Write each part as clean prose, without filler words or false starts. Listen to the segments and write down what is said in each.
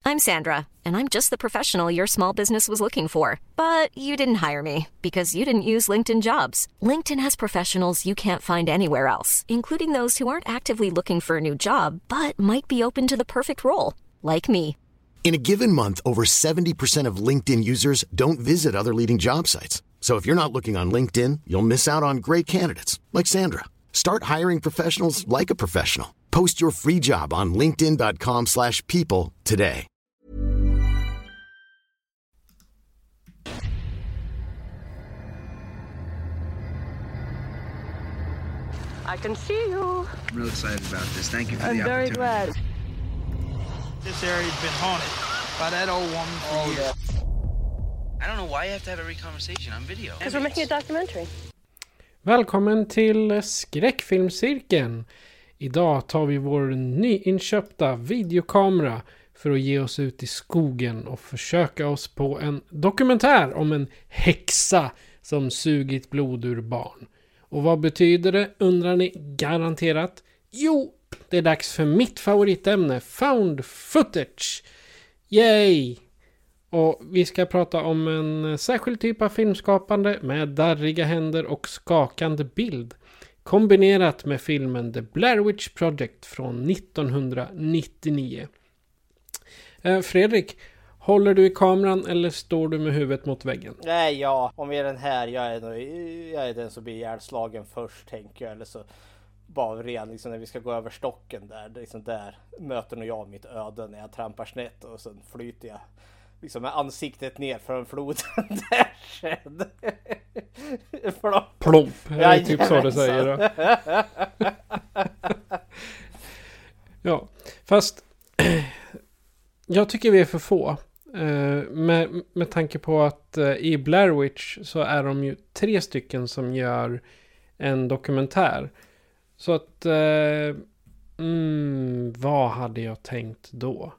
I'm Sandra, and I'm just the professional your small business was looking for. But you didn't hire me because you didn't use LinkedIn Jobs. LinkedIn has professionals you can't find anywhere else, including those who aren't actively looking for a new job, but might be open to the perfect role, like me. In a given month, over 70% of LinkedIn users don't visit other leading job sites. So if you're not looking on LinkedIn, you'll miss out on great candidates like Sandra. Start hiring professionals like a professional. Post your free job on linkedin.com/people today. I can see you. I'm really excited about this. Thank you for I'm the very opportunity. glad. This area's been haunted by that old woman for years. I don't know why you have to have every conversation on video. Because we're making a documentary. Välkommen till Skräckfilmscirkeln. Idag tar vi vår nyinköpta videokamera för att ge oss ut i skogen och försöka oss på en dokumentär om en häxa som sugit blod ur barn. Och vad betyder det, undrar ni garanterat? Jo, det är dags för mitt favoritämne, found footage. Yay! Och vi ska prata om en särskild typ av filmskapande med darriga händer och skakande bild. Kombinerat med filmen The Blair Witch Project från 1999. Fredrik, håller du i kameran eller står du med huvudet mot väggen? Nej, om vi är den här, jag är den som blir ihjälslagen först, tänker jag. Eller så bara redan liksom, när vi ska gå över stocken där, liksom där möter nog jag mitt öde när jag trampar snett och sen flyter jag liksom med ansiktet ner från floden där sen. Plomp, det är typ så du säger då. Ja, fast jag tycker vi är för få. Med tanke på att i Blair Witch så är de ju 3 stycken som gör en dokumentär. Så att vad hade jag tänkt då?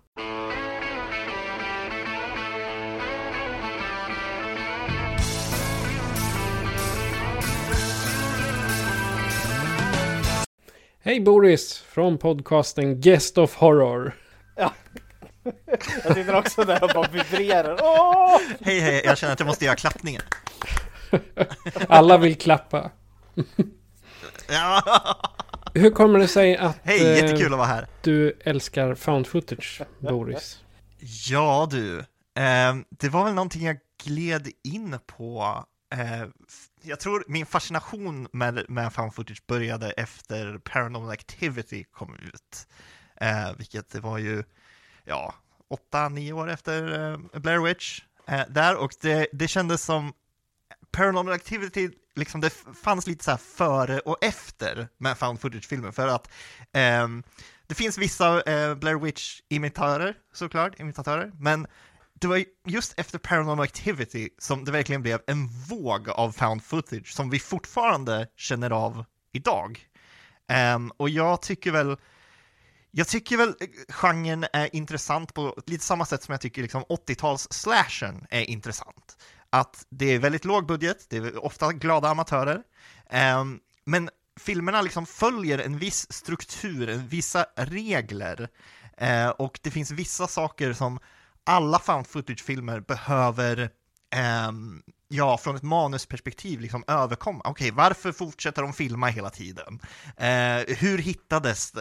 Hej Boris, från podcasten Guest of Horror. Ja. Jag sitter också där och bara vibrerar. Åh! Hej, jag känner att jag måste göra klappningen. Alla vill klappa. Ja. Hur kommer det sig att hej, jättekul att vara här. Du älskar found footage, Boris? Ja du, det var väl någonting jag gled in på. Jag tror min fascination med found footage började efter Paranormal Activity kom ut. Vilket det var ju 8-9 år efter Blair Witch där, och det kändes som Paranormal Activity, liksom det fanns lite så här före och efter med found footage-filmer, för att det finns vissa Blair Witch-imitatörer, men det var just efter Paranormal Activity som det verkligen blev en våg av found footage som vi fortfarande känner av idag. Och jag tycker väl genren är intressant på lite samma sätt som jag tycker liksom 80-tals slashern är intressant. Att det är väldigt låg budget, det är ofta glada amatörer, men filmerna liksom följer en viss struktur, vissa regler, och det finns vissa saker som alla found footage-filmer behöver från ett manusperspektiv liksom överkomma. Okej, varför fortsätter de filma hela tiden? Hur hittades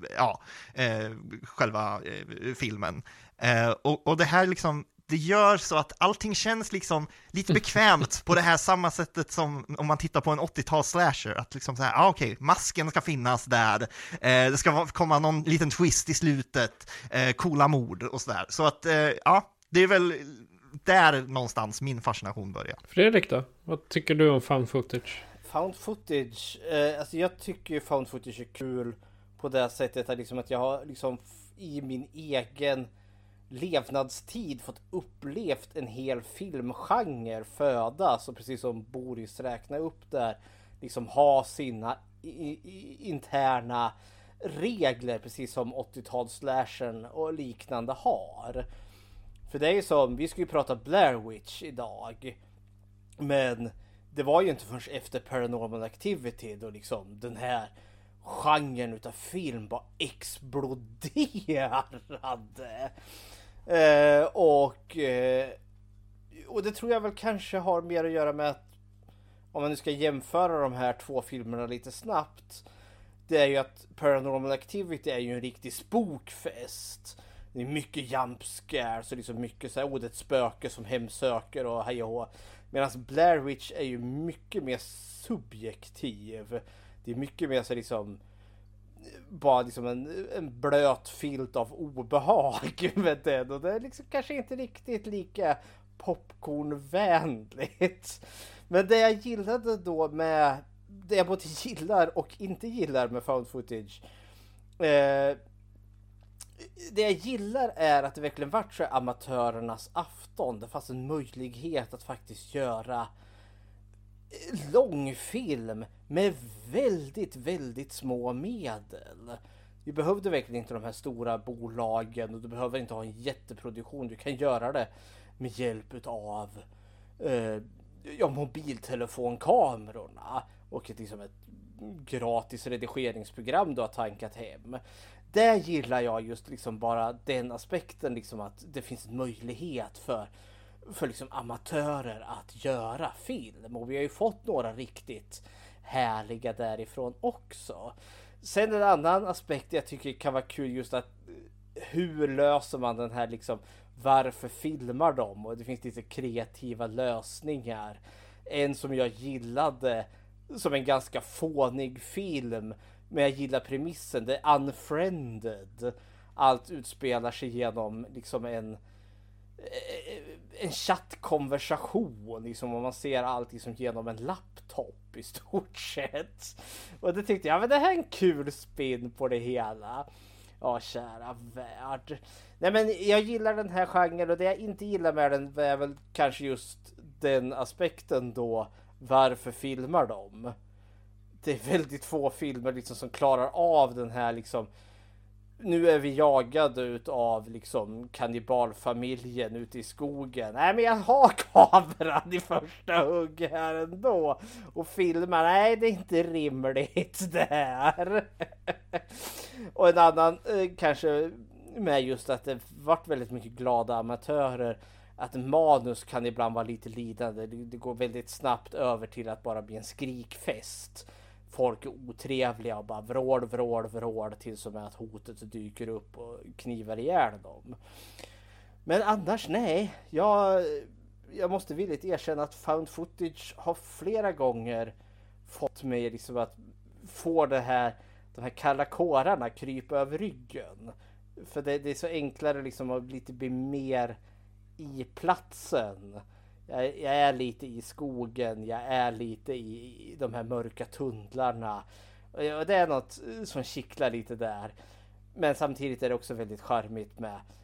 själva filmen? Och det här liksom, det gör så att allting känns liksom lite bekvämt på det här samma sättet som om man tittar på en 80-tals slasher, att liksom så här, okej, masken ska finnas där, det ska komma någon liten twist i slutet, coola mord och sådär. Så att det är väl där någonstans min fascination börjar. Fredrik då? Vad tycker du om found footage? Found footage, alltså jag tycker ju found footage är kul på det sättet att, liksom att jag har liksom i min egen levnadstid fått upplevt en hel filmgenre födas, och precis som Boris räknar upp där, liksom ha sina interna regler, precis som 80-tals slashern och liknande har. För det är ju som, vi ska ju prata Blair Witch idag, men det var ju inte förrän efter Paranormal Activity då liksom den här genren utav film bara exploderade. Och det tror jag väl kanske har mer att göra med att, om man nu ska jämföra de här två filmerna lite snabbt, det är ju att Paranormal Activity är ju en riktig spokfest. Det är mycket jump scares och liksom mycket så här, ett spöke som hemsöker och hej och hå. Medan Blair Witch är ju mycket mer subjektiv. Det är mycket mer så liksom bara liksom en blöt filt av obehag med den. Och det är liksom kanske inte riktigt lika popcornvänligt. Men det jag gillade då med, det jag både gillar och inte gillar med found footage, det jag gillar är att det verkligen varit så amatörernas afton. Det fanns en möjlighet att faktiskt göra långfilm med väldigt, väldigt små medel. Du behövde verkligen inte de här stora bolagen och du behöver inte ha en jätteproduktion. Du kan göra det med hjälp av mobiltelefonkamerorna och ett gratis redigeringsprogram du har tankat hem. Det gillar jag just liksom bara den aspekten, liksom att det finns en möjlighet för liksom amatörer att göra film. Och vi har ju fått några riktigt härliga därifrån också. Sen en annan aspekt jag tycker kan vara kul, just att hur löser man den här liksom, varför filmar de? Och det finns lite kreativa lösningar. En som jag gillade som en ganska fånig film, men jag gillar premissen, det är Unfriended. Allt utspelar sig genom liksom en chattkonversation, liksom, och man ser allt liksom genom en laptop i stort sett. Och det tyckte jag, men det här är en kul spin på det hela. Ja, kära värld. Nej, men jag gillar den här genren, och det jag inte gillar med den är väl kanske just den aspekten då, varför filmar de? Det är väldigt få filmer liksom som klarar av den här liksom, nu är vi jagade utav liksom kannibalfamiljen ute i skogen. Nej, men jag har kameran i första hugg här ändå och filmar. Nej, det är inte rimligt det här. Och en annan kanske med just att det varit väldigt mycket glada amatörer, att manus kan ibland vara lite lidande. Det går väldigt snabbt över till att bara bli en skrikfest. Folk är otrevliga och bara vrål till som att hotet dyker upp och knivar ihjäl dem. Men annars nej, jag måste villigt erkänna att found footage har flera gånger fått mig liksom att få de här kalla kårarna krypa över ryggen. För det är så enklare liksom att lite bli mer i platsen. Jag är lite i skogen, jag är lite i de här mörka tunnlarna. Och det är något som kittlar lite där. Men samtidigt är det också väldigt charmigt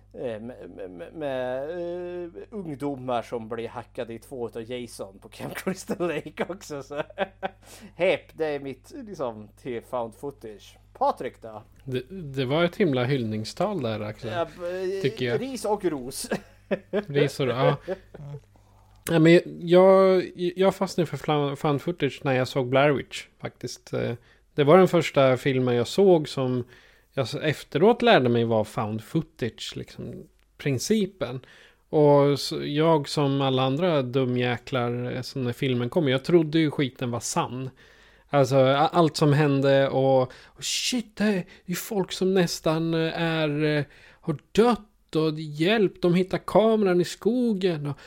med ungdomar som blir hackade i två av Jason på Camp Crystal Lake också. Så hepp, det är mitt liksom till found footage. Patrik då? Det var ett himla hyllningstal där, Axel. Tycker jag. Ris och ros. Ris och ja. Ja, men jag fastnade för found footage när jag såg Blair Witch faktiskt. Det var den första filmen jag såg som jag efteråt lärde mig var found footage, liksom principen. Och jag som alla andra dumjäklar så när filmen kom, jag trodde ju skiten var sann. Alltså allt som hände och shit, det är folk som nästan har dött och hjälp, de hittar kameran i skogen och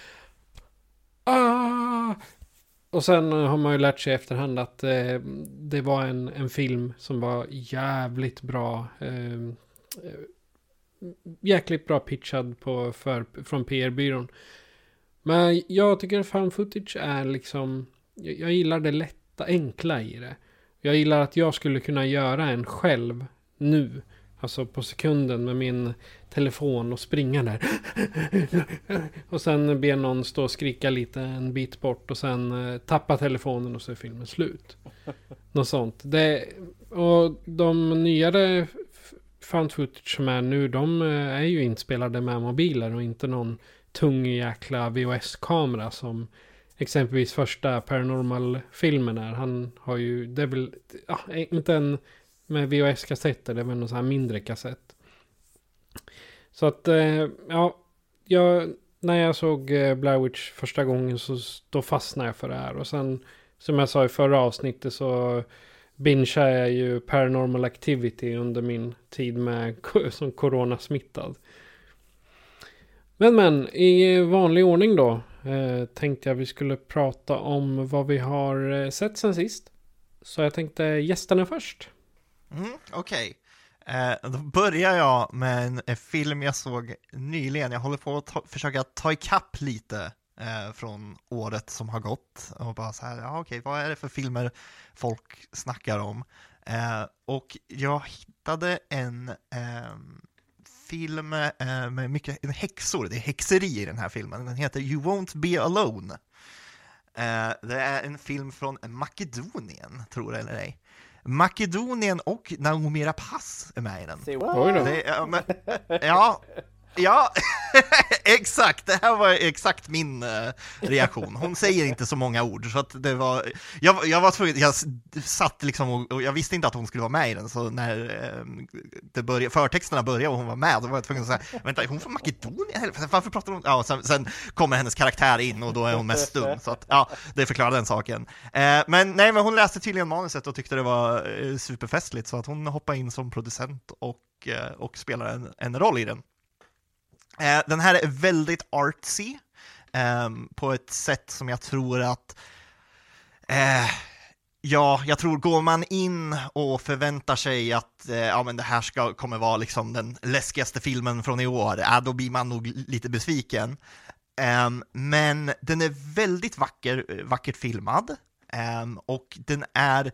och sen har man ju lärt sig i efterhand att det var en film som var jävligt bra, jäkligt bra pitchad från PR-byrån. Men jag tycker att found footage är liksom, jag gillar det lätta, enkla i det. Jag gillar att jag skulle kunna göra en själv nu. Alltså på sekunden med min telefon och springa där. Och sen ber någon stå och skrika lite en bit bort. Och sen tappa telefonen och så är filmen slut. Något sånt. Och de nyare found footage som är nu, de är ju inspelade med mobiler och inte någon tung jäkla VHS-kamera som exempelvis första Paranormal-filmen är. Han har ju, det är väl, inte en med VHS-kassetter, det är väl någon sån här mindre kassett. Så att, när jag såg Blair Witch första gången så då fastnade jag för det här. Och sen, som jag sa i förra avsnittet, så bingeade jag ju Paranormal Activity under min tid som coronasmittad. Men i vanlig ordning då tänkte jag vi skulle prata om vad vi har sett sen sist. Så jag tänkte gästerna först. Okej. Då börjar jag med en film jag såg nyligen. Jag håller på att försöka ta ikapp lite från året som har gått. Och bara så här, okej, vad är det för filmer folk snackar om? Och jag hittade en film med mycket häxor. Det är häxeri i den här filmen. Den heter You Won't Be Alone. Det är en film från Makedonien, tror det eller ej. Makedonien och Naomi Rapace är med i den. Ja, exakt. Det här var exakt min reaktion. Hon säger inte så många ord, så att det var... Jag var tvungen... Jag satt liksom och jag visste inte att hon skulle vara med i den, så när förtexterna började och hon var med, då var jag tvungen att säga, vänta, är hon från Makedonien? Varför pratar hon... Ja, sen kommer hennes karaktär in och då är hon mest stum, så att ja, det förklarar den saken. Men hon läste tydligen manuset och tyckte det var superfestligt, så att hon hoppade in som producent och spelar en roll i den. Den här är väldigt artsy på ett sätt som jag tror att jag tror går man in och förväntar sig att men det här kommer vara liksom den läskigaste filmen från i år, då blir man nog lite besviken. Men den är väldigt vackert filmad, och den är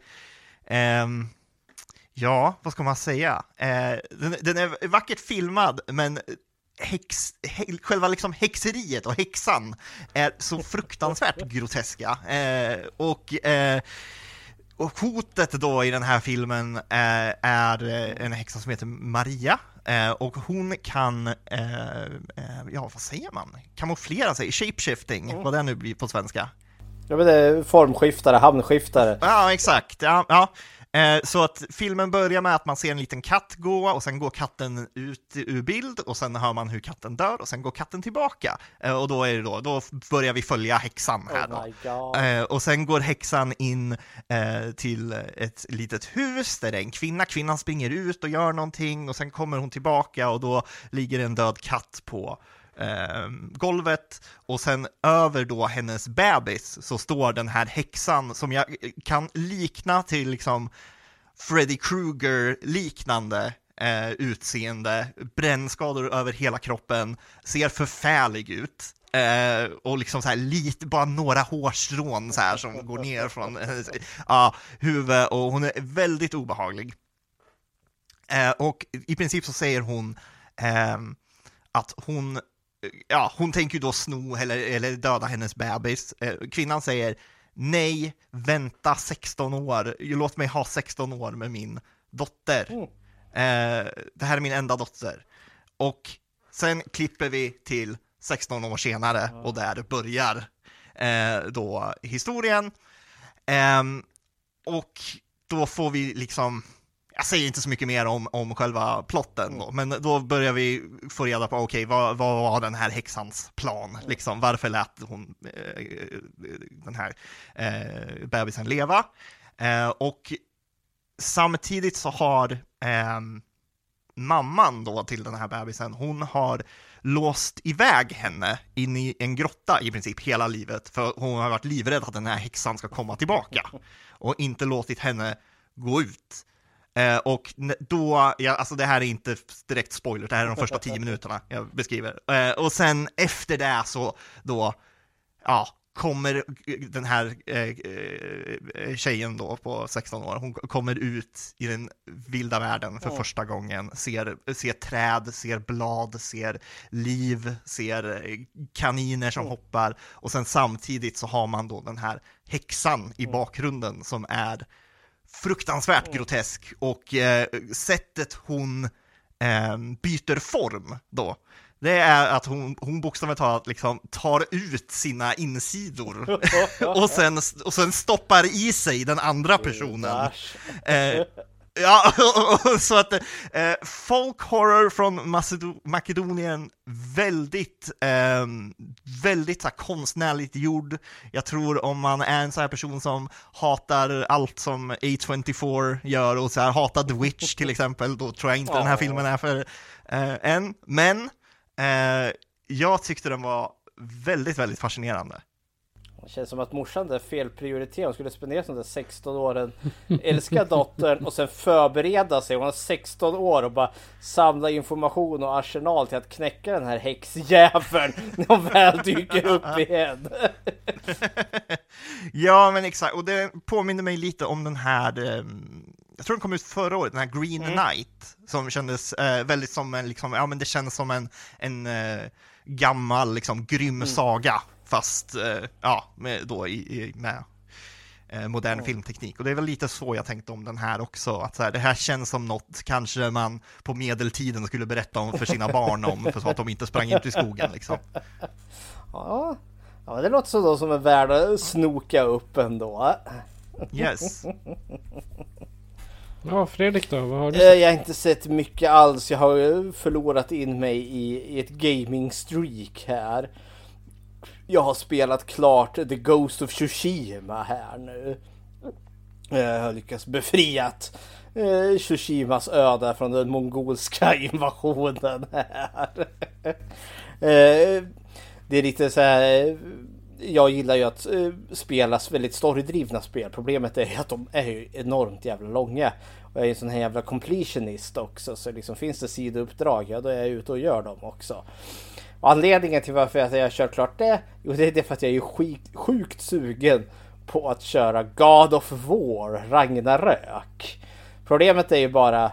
vad ska man säga? Den är vackert filmad, men själva liksom häxeriet och häxan är så fruktansvärt groteska, och hotet då i den här filmen är en häxa som heter Maria, och hon kan vad säger man? Kamouflera sig, shapeshifting, vad det nu blir på svenska. Ja, men det är formskiftare, hamnskiftare. Ja, exakt. Ja. Så att filmen börjar med att man ser en liten katt gå, och sen går katten ut ur bild, och sen hör man hur katten dör, och sen går katten tillbaka. Och då börjar vi följa häxan här då. Och sen går häxan in till ett litet hus där det är en kvinnan springer ut och gör någonting, och sen kommer hon tillbaka och då ligger en död katt på golvet, och sen över då hennes bebis så står den här häxan som jag kan likna till liksom Freddy Krueger liknande utseende, brännskador över hela kroppen, ser förfärlig ut, och liksom så här lite, bara några hårstrån så här som går ner från huvudet, och hon är väldigt obehaglig, och i princip så säger hon att hon tänker ju då sno eller döda hennes bebis. Kvinnan säger nej, vänta 16 år. Låt mig ha 16 år med min dotter. Det här är min enda dotter. Och sen klipper vi till 16 år senare, och där börjar då historien. Och då får vi liksom... Jag säger inte så mycket mer om själva plotten då, men då börjar vi få reda på vad var den här häxans plan, liksom, varför lät hon den här bebisen leva, och samtidigt så har mamman då till den här bebisen, hon har låst iväg henne in i en grotta i princip hela livet, för hon har varit livrädd att den här häxan ska komma tillbaka och inte låtit henne gå ut. Och då, alltså det här är inte direkt spoiler, det här är de första 10 minuterna jag beskriver. Och sen efter det så då, kommer den här tjejen då på 16 år, hon kommer ut i den vilda världen för första gången, ser träd, ser blad, ser liv, ser kaniner som hoppar, och sen samtidigt så har man då den här häxan i bakgrunden som är fruktansvärt grotesk, och sättet hon byter form då, det är att hon bokstavligt talat liksom tar ut sina insidor och sen stoppar i sig den andra personen. Ja, så att folk horror från Makedonien, väldigt så här konstnärligt gjord. Jag tror om man är en sån här person som hatar allt som A24 gör och så här hatar The Witch till exempel, då tror jag inte den här filmen är för en. Men jag tyckte den var väldigt, väldigt fascinerande. Det känns som att morsan där felprioriterade. Hon skulle spendera de där 16 åren, älska dottern och sen förbereda sig. Hon har 16 år och bara samla information och arsenal till att knäcka den här häxjäveln när hon väl dyker upp igen. Ja, men exakt. Och det påminner mig lite om den här, jag tror den kom ut förra året, den här Green Knight, som kändes väldigt som en, liksom, ja men det känns som en gammal, liksom, grym saga. Fast med modern filmteknik. Och det är väl lite så jag tänkte om den här också. Att så här, det här känns som något kanske man på medeltiden skulle berätta om för sina barn om. För så att de inte sprang ut i skogen liksom. Ja, det låter så då som en värld att snoka upp ändå. Yes. Ja, Fredrik då, vad har du sett? Jag har inte sett mycket alls. Jag har förlorat in mig i ett gaming streak här. Jag har spelat klart The Ghost of Tsushima här nu. Jag har lyckats befriat Tsushimas öde från den mongolska invasionen här. Det är lite så här. Jag gillar ju att spela väldigt storydrivna spel. Problemet är att de är ju enormt jävla långa. Och jag är en sån här jävla completionist också. Så liksom finns det sidouppdrag, ja, då är jag ute och gör dem också. Och anledningen till varför jag har kört klart det, jo, det är för att jag är sjukt sugen på att köra God of War Ragnarök. Problemet är ju bara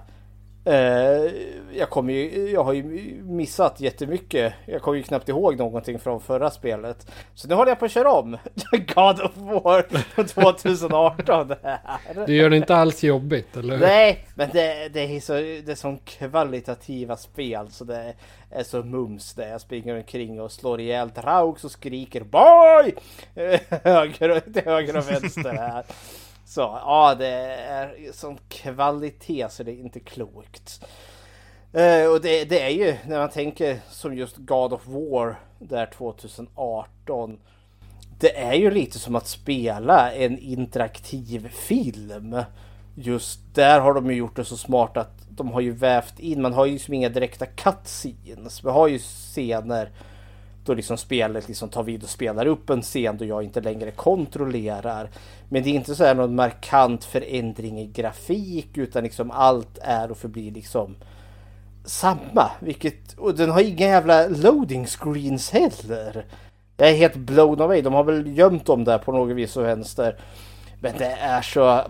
jag har ju missat jättemycket. Jag kommer ju knappt ihåg någonting från förra spelet. Så nu håller jag på att köra om God of War 2018 här. Du gör det inte alls jobbigt, eller hur? Nej, men det är så kvalitativa spel, så det är så mums där jag springer omkring och slår ihjäl Draugs och skriker boy! till höger och vänster här. Så ja, det är sån kvalitet så det är inte klokt. Och det är ju, när man tänker som just God of War där 2018, det är ju lite som att spela en interaktiv film. Just där har de ju gjort det så smart att de har ju vävt in, man har ju som inga direkta cutscenes. Vi har ju scener då liksom spelet liksom tar vid och spelar upp en scen då jag inte längre kontrollerar. Men det är inte så här någon markant förändring i grafik, utan liksom allt är och förblir liksom samma. Och den har inga jävla loading screens heller. Jag är helt blown away. De har väl gömt dem där på något vis och vänster. Men det är så...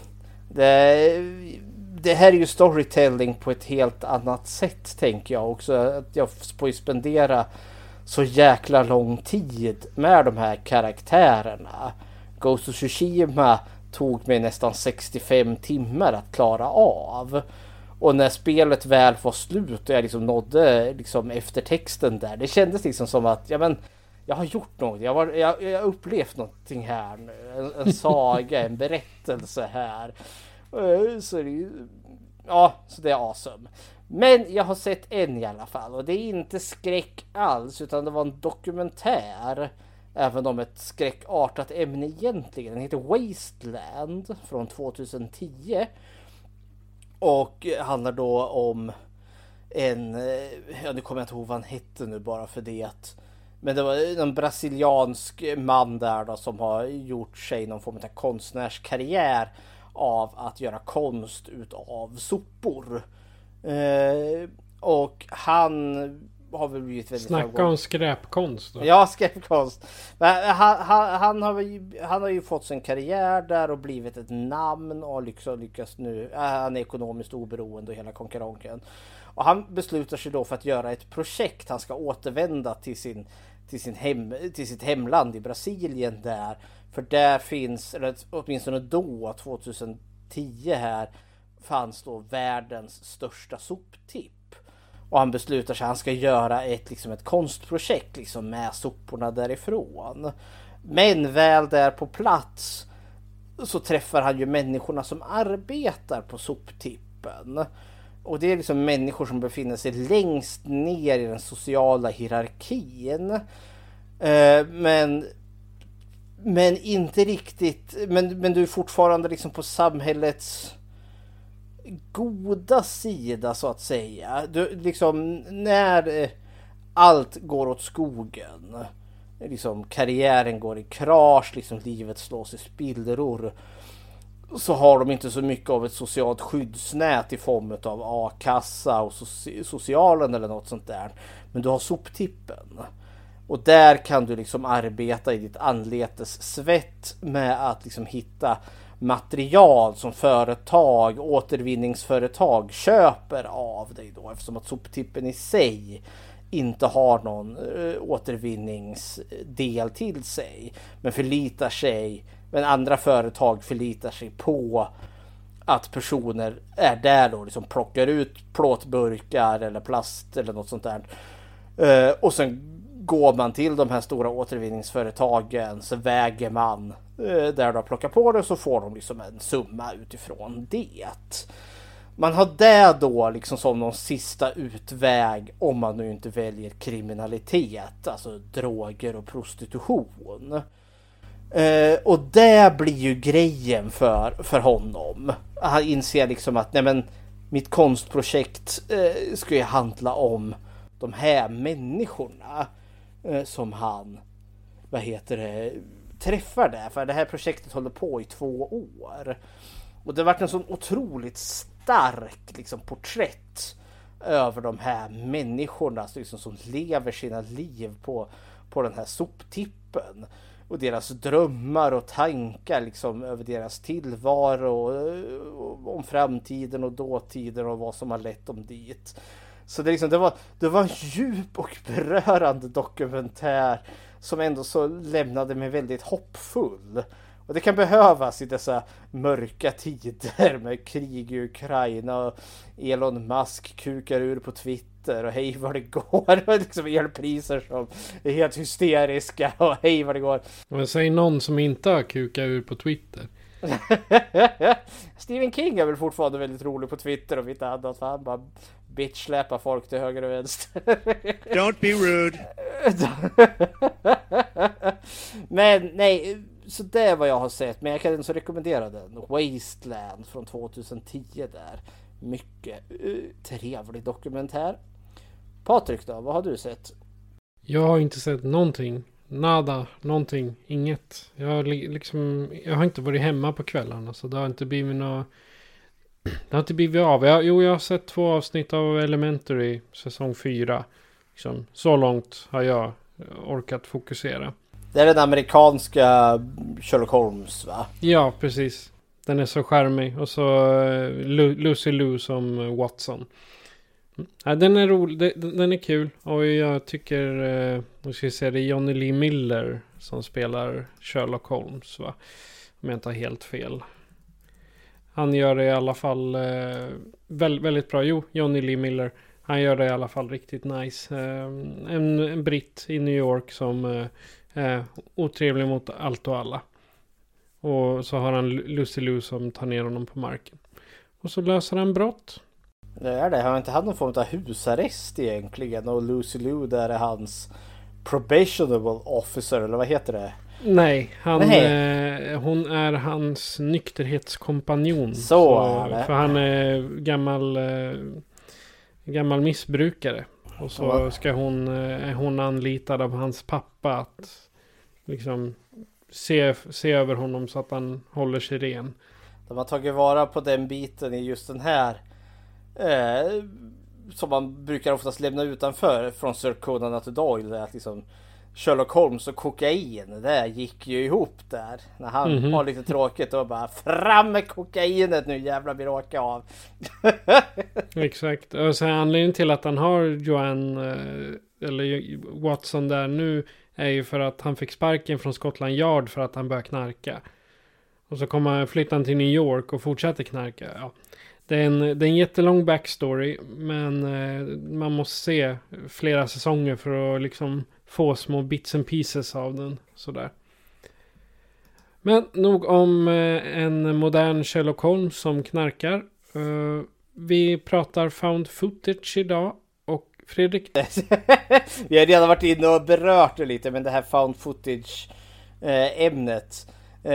Det här är ju storytelling på ett helt annat sätt, tänker jag också. Att jag får spendera så jäkla lång tid med de här karaktärerna. Ghost of Tsushima tog mig nästan 65 timmar att klara av. Och när spelet väl var slut och jag liksom nådde liksom eftertexten där, det kändes liksom som att jag har gjort något. Jag har upplevt någonting här nu. En saga, en berättelse här. Så det är awesome. Men jag har sett en i alla fall, och det är inte skräck alls, utan det var en dokumentär, även om ett skräckartat ämne egentligen. Den heter Wasteland från 2010 och handlar då om nu kommer jag inte ihåg vad han hette nu bara för det. Men det var en brasiliansk man där då, som har gjort sig någon form av konstnärskarriär av att göra konst utav sopor. Och han har väl blivit väldigt Snacka om skräpkonst då. Ja, skräpkonst. Men han har ju fått sin karriär där och blivit ett namn och lyckas nu. Han är ekonomiskt oberoende och hela konkurrensen. Och han beslutar sig då för att göra ett projekt. Han ska återvända till sitt hemland i Brasilien där. För där finns, eller åtminstone då 2010 här, fanns då världens största soptipp. Och han beslutar sig att han ska göra ett konstprojekt liksom med soporna därifrån. Men väl där på plats så träffar han ju människorna som arbetar på soptippen. Och det är liksom människor som befinner sig längst ner i den sociala hierarkin. Men inte riktigt, men du är fortfarande liksom på samhällets goda sida så att säga. Du, liksom, när allt går åt skogen, liksom karriären går i krasch, liksom livet slås i spillror, så har de inte så mycket av ett socialt skyddsnät i form av a-kassa och socialen eller något sånt där. Men du har soptippen. Och där kan du liksom arbeta i ditt anletes svett med att liksom hitta material som återvinningsföretag köper av dig då, eftersom att soptippen i sig inte har någon återvinningsdel till sig, men andra företag förlitar sig på att personer är där då, liksom plockar ut plåtburkar eller plast eller något sånt där, och sen går man till de här stora återvinningsföretagen, så väger man där de plockar på det, så får de liksom en summa utifrån det. Man har det då liksom som någon sista utväg om man nu inte väljer kriminalitet, alltså droger och prostitution. Och det blir ju grejen för honom. Han inser liksom att nej, men mitt konstprojekt ska ju handla om de här människorna som han träffar där. För det här projektet håller på i 2 år. Och det har varit en sån otroligt stark liksom porträtt över de här människorna liksom, som lever sina liv på den här soptippen. Och deras drömmar och tankar liksom, över deras tillvaro och om framtiden och dåtiden och vad som har lett dem dit. Så det var en djup och berörande dokumentär som ändå så lämnade mig väldigt hoppfull. Och det kan behövas i dessa mörka tider med krig i Ukraina och Elon Musk kukar ur på Twitter och hej vad det går. Och liksom elpriser som är helt hysteriska och hej vad det går. Men säg någon som inte har kukat ur på Twitter. Stephen King är väl fortfarande väldigt rolig på Twitter och inte annat, för han bara bitchsläpar folk till höger och vänster. Don't be rude. Men nej, så det är vad jag har sett. Men jag kan ändå rekommendera den. Wasteland från 2010 där. Mycket trevlig dokumentär. Patrik då, vad har du sett? Jag har inte sett någonting. Någonting. Inget. Jag har inte varit hemma på kvällarna. Så det har inte blivit något. Det har inte blivit av. Jag har sett 2 avsnitt av Elementary säsong 4. Liksom, så långt har jag orkat fokusera. Det är den amerikanska Sherlock Holmes, va? Ja, precis. Den är så charmig. Och så Lucy Liu som Watson. Ja, den är rolig. Den är kul. Och jag tycker nu ska vi se, det är Johnny Lee Miller som spelar Sherlock Holmes, va? Om jag inte har helt fel. Han gör det i alla fall väldigt bra. Johnny Lee Miller. Han gör det i alla fall riktigt nice. En britt i New York som är otrevlig mot allt och alla. Och så har han Lucy Liu som tar ner honom på marken. Och så löser han brott. Det är det. Har inte han någon form av husarrest egentligen? Och Lucy Liu där är hans probationable officer, eller vad heter det? Nej, hon är hans nykterhetskompanjon. För han är gammal missbrukare. Och så ska hon anlitad av hans pappa att liksom se över honom så att han håller sig ren. De har tagit vara på den biten i just den här som man brukar oftast lämna utanför från Sir Conan Doyle, att liksom Sherlock Holmes och kokain, det gick ju ihop där. När han har lite tråkigt och bara fram med kokainet nu, jävla vi råkar av. Exakt. Och sen anledningen till att han har Joanne eller Watson där nu är ju för att han fick sparken från Scotland Yard för att han började knarka. Och så flyttar han till New York och fortsätter knarka. Ja. Det är en jättelång backstory, men man måste se flera säsonger för att liksom få små bits and pieces av den. Sådär. Men nog om en modern Sherlock Holmes som knarkar. Vi pratar found footage idag. Och Fredrik? Vi har redan varit inne och berört det lite, men det här found footage ämnet.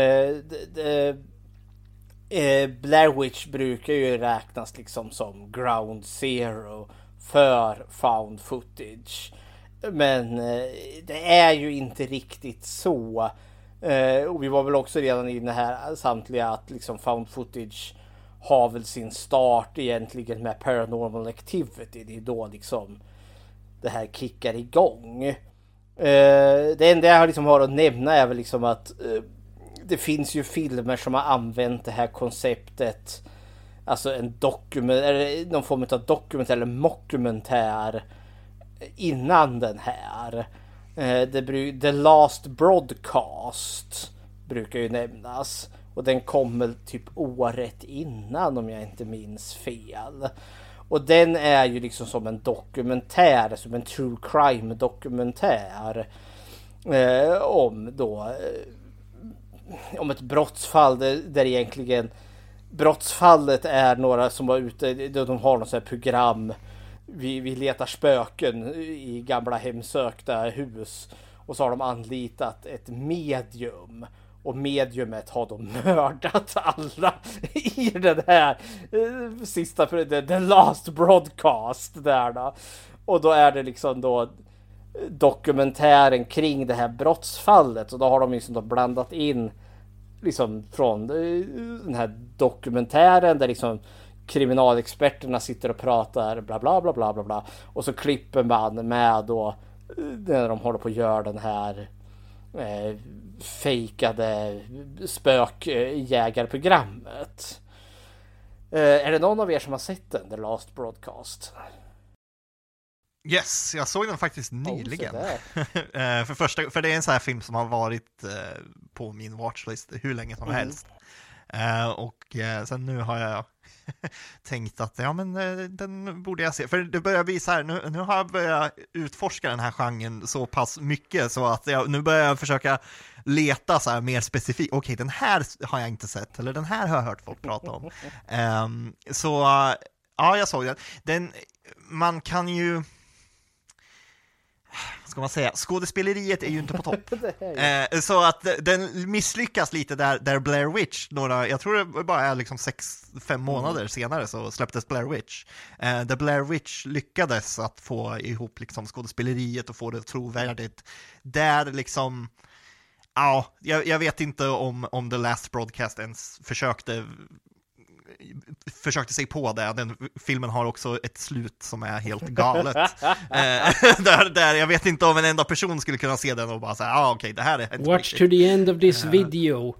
Blair Witch brukar ju räknas liksom som ground zero för found footage. Men det är ju inte riktigt så. Och vi var väl också redan inne här samtliga att liksom found footage har väl sin start egentligen med Paranormal Activity. Det är då liksom det här kickar igång. Det enda jag liksom har att nämna är väl liksom att det finns ju filmer som har använt det här konceptet, alltså en eller någon form av dokumentär eller mockumentär innan den här. The Last Broadcast brukar ju nämnas, och den kom typ året innan om jag inte minns fel. Och den är ju liksom som en dokumentär, som en true crime dokumentär om ett brottsfall där egentligen brottsfallet är några som var ute, de har något sånt här program, vi letar spöken i gamla hemsökta hus, och så har de anlitat ett medium, och mediumet har de mördat alla i den här sista, The Last Broadcast där då. Och då är det liksom då dokumentären kring det här brottsfallet, och då har de liksom då blandat in liksom från den här dokumentären där liksom kriminalexperterna sitter och pratar bla bla bla bla bla bla, och så klipper man med då när de håller på att göra den här fejkade spökjägarprogrammet. Är det någon av er som har sett den, The Last Broadcast? Yes, jag såg den faktiskt nyligen. För det är en sån här film som har varit på min watchlist hur länge som helst. Sen nu har jag tänkt att den borde jag se. För det börjar bli så här, nu har jag börjat utforska den här genren så pass mycket så att nu börjar jag försöka leta så här mer specifikt. Okej, den här har jag inte sett, eller den här har jag hört folk prata om. Ja, jag såg den. Man kan ju, ska man säga, skådespeleriet är ju inte på topp. Så att den misslyckas lite där Blair Witch, jag tror det bara är liksom 5 månader senare så släpptes Blair Witch. Där Blair Witch lyckades att få ihop liksom skådespeleriet och få det trovärdigt. Där liksom, ja, jag vet inte om The Last Broadcast ens försökte sig på det. Den filmen har också ett slut som är helt galet. där jag vet inte om en enda person skulle kunna se den och bara säga, okej, det här är inte watch to the end of this video.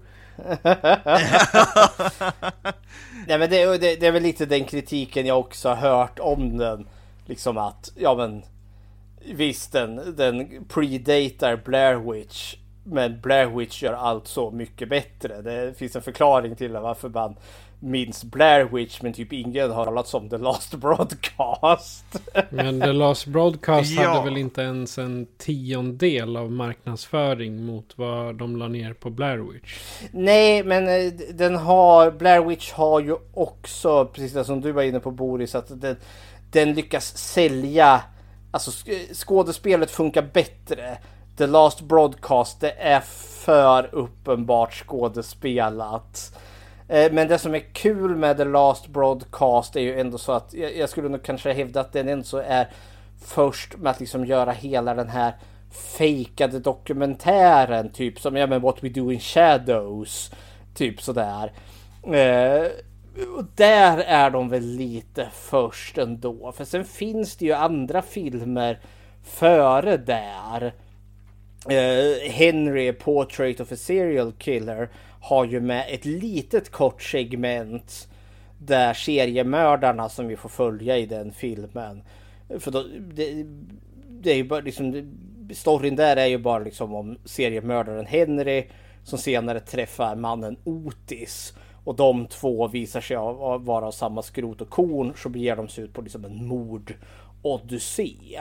Nej, men det är väl lite den kritiken jag också har hört om den. Liksom att, visst, den predatar Blair Witch, men Blair Witch gör allt så mycket bättre. Det finns en förklaring till varför man minns Blair Witch, men typ ingen har talat om The Last Broadcast. Men The Last Broadcast hade väl inte ens en 10% av marknadsföring mot vad de la ner på Blair Witch. Nej, men Blair Witch har ju också, precis som du var inne på, Boris, att den lyckas sälja, alltså skådespelet funkar bättre. The Last Broadcast, det är för uppenbart skådespelat. Men det som är kul med The Last Broadcast är ju ändå så att jag skulle nog kanske hävda att den ändå så är först med att liksom göra hela den här fejkade dokumentären, typ som What We Do in Shadows, typ sådär. Och där är de väl lite först ändå, för sen finns det ju andra filmer före där. Henry, Portrait of a Serial Killer, har ju med ett litet kort segment där seriemördarna som vi får följa i den filmen, för då, det är ju bara liksom, storyn där är ju bara liksom om seriemördaren Henry som senare träffar mannen Otis, och de två visar sig vara av samma skrot och korn, så beger de sig ut på liksom en mordodyssé.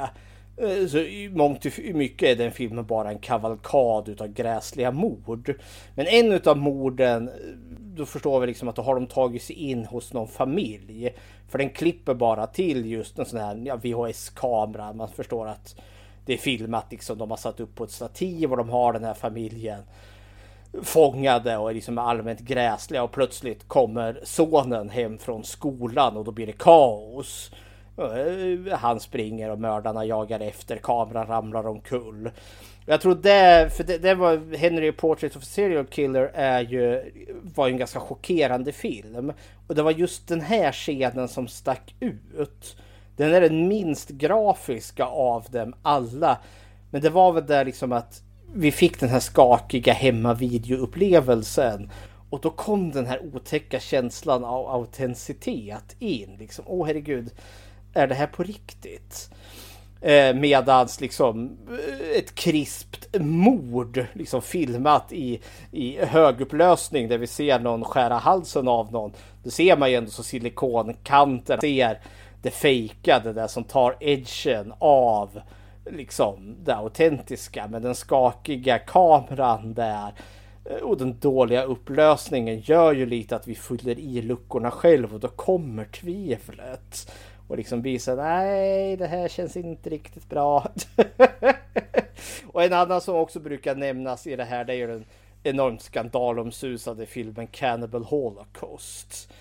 Så i mångt och mycket är den filmen bara en kavalkad utav gräsliga mord. Men en utav morden, då förstår vi liksom att då har de tagit sig in hos någon familj. För den klipper bara till just en sån här VHS-kamera. Man förstår att det är filmat liksom, de har satt upp på ett stativ och de har den här familjen fångade och är liksom allmänt gräsliga, och plötsligt kommer sonen hem från skolan och då blir det kaos. Han springer och mördarna jagar efter, kameran ramlar omkull. Jag tror det var Henry Portrait of a Serial Killer var ju en ganska chockerande film, och det var just den här scenen som stack ut. Den är den minst grafiska av dem alla, men det var väl där liksom att vi fick den här skakiga hemmavideoupplevelsen, och då kom den här otäcka känslan av autenticitet in liksom. Åh herregud, är det här på riktigt? Medans liksom ett krispt mord liksom filmat i högupplösning där vi ser någon skära halsen av någon. Då ser man ju ändå så silikonkanter, ser det fejkade där som tar edgen av liksom det autentiska, med den skakiga kameran där och den dåliga upplösningen gör ju lite att vi fyller i luckorna själv, och då kommer tvivlet och liksom visar, nej, det här känns inte riktigt bra. Och en annan som också brukar nämnas i det här, det är ju den enormt skandalomsusade filmen Cannibal Holocaust.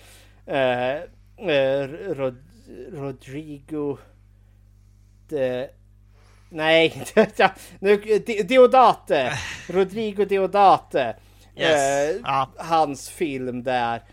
Rodrigo Deodato. Rodrigo Deodato. Yes. Hans film där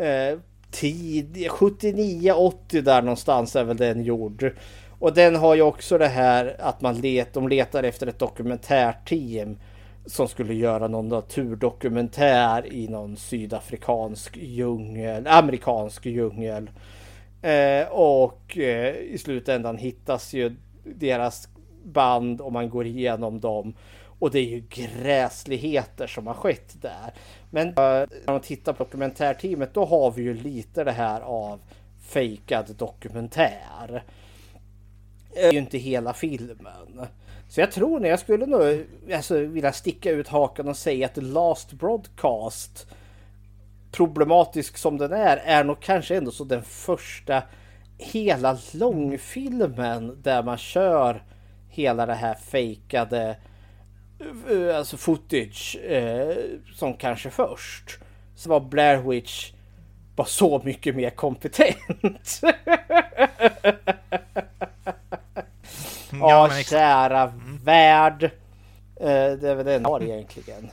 79-80 där någonstans är väl den gjord. Och den har ju också det här att de letar efter ett dokumentärteam som skulle göra någon naturdokumentär i någon amerikansk djungel. Och i slutändan hittas ju deras band och man går igenom dem. Och det är ju gräsligheter som har skett där. Men när man tittar på dokumentärteamet, då har vi ju lite det här av fejkad dokumentär. Det är ju inte hela filmen. Så jag tror jag skulle nog vilja sticka ut hakan och säga att The Last Broadcast, problematisk som den är nog kanske ändå så den första hela långfilmen där man kör hela det här fejkade footage som kanske först. Så var Blair Witch bara så mycket mer kompetent. Ja, kära värld. Det är väl det har egentligen.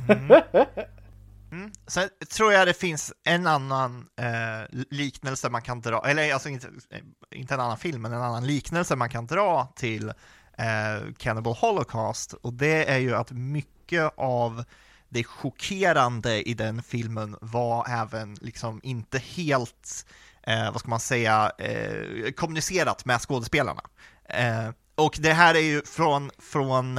Sen tror jag det finns en annan liknelse man kan dra, eller alltså inte en annan film, men en annan liknelse man kan dra till Cannibal Holocaust, och det är ju att mycket av det chockerande i den filmen var även liksom inte helt kommunicerat med skådespelarna. Och det här är ju från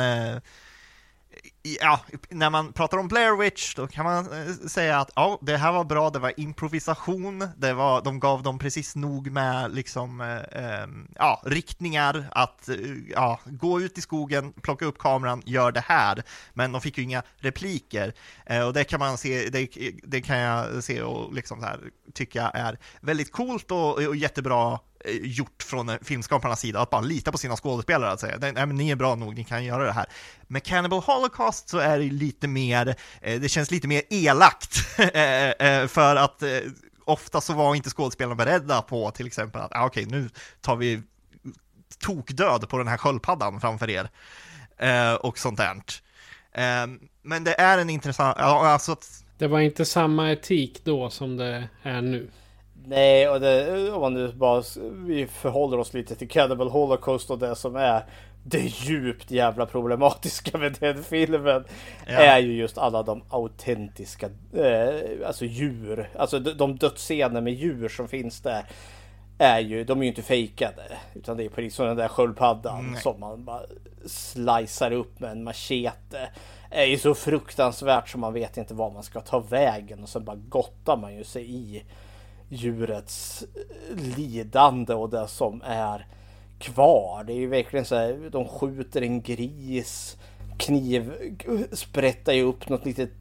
när man pratar om Blair Witch, då kan man säga att det här var bra, det var improvisation, de gav dem precis nog med liksom riktningar att gå ut i skogen, plocka upp kameran, gör det här, men de fick ju inga repliker, och det kan man se, det kan jag se och liksom så här tycka är väldigt coolt och jättebra gjort från filmskaparnas sida, att bara lita på sina skådespelare, att säga nej, men ni är bra nog, ni kan göra det här. Med Cannibal Holocaust så är det lite mer, det känns lite mer elakt för att ofta så var inte skådespelarna beredda på till exempel att okej, nu tar vi tokdöd på den här sköldpaddan framför er och sånt där. Men det är en intressant, det var inte samma etik då som det är nu. Nej, och om man nu bara vi förhåller oss lite till Cannibal Holocaust och det som är det djupt jävla problematiska med den filmen är ju just alla de autentiska djur, alltså de dödsscener med djur som finns där de är ju inte fejkade, utan det är precis som den där sköldpaddan som man bara slicear upp med en machete. Är ju så fruktansvärt som man vet inte var man ska ta vägen, och så bara gottar man ju sig i djurets lidande och det som är kvar. Det är ju verkligen så här, de skjuter en gris, kniv sprättar ju upp något litet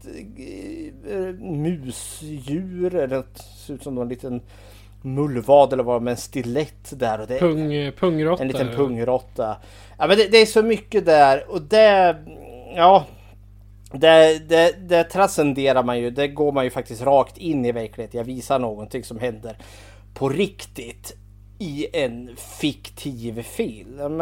musdjur eller något, ser ut som någon liten mullvad eller vad, med en stilett där, och det pungrotta. En liten pungrotta. Ja, men det är så mycket där, och det, ja, det transcenderar man ju. Det går man ju faktiskt rakt in i verkligheten. Jag visar någonting som händer på riktigt i en fiktiv film.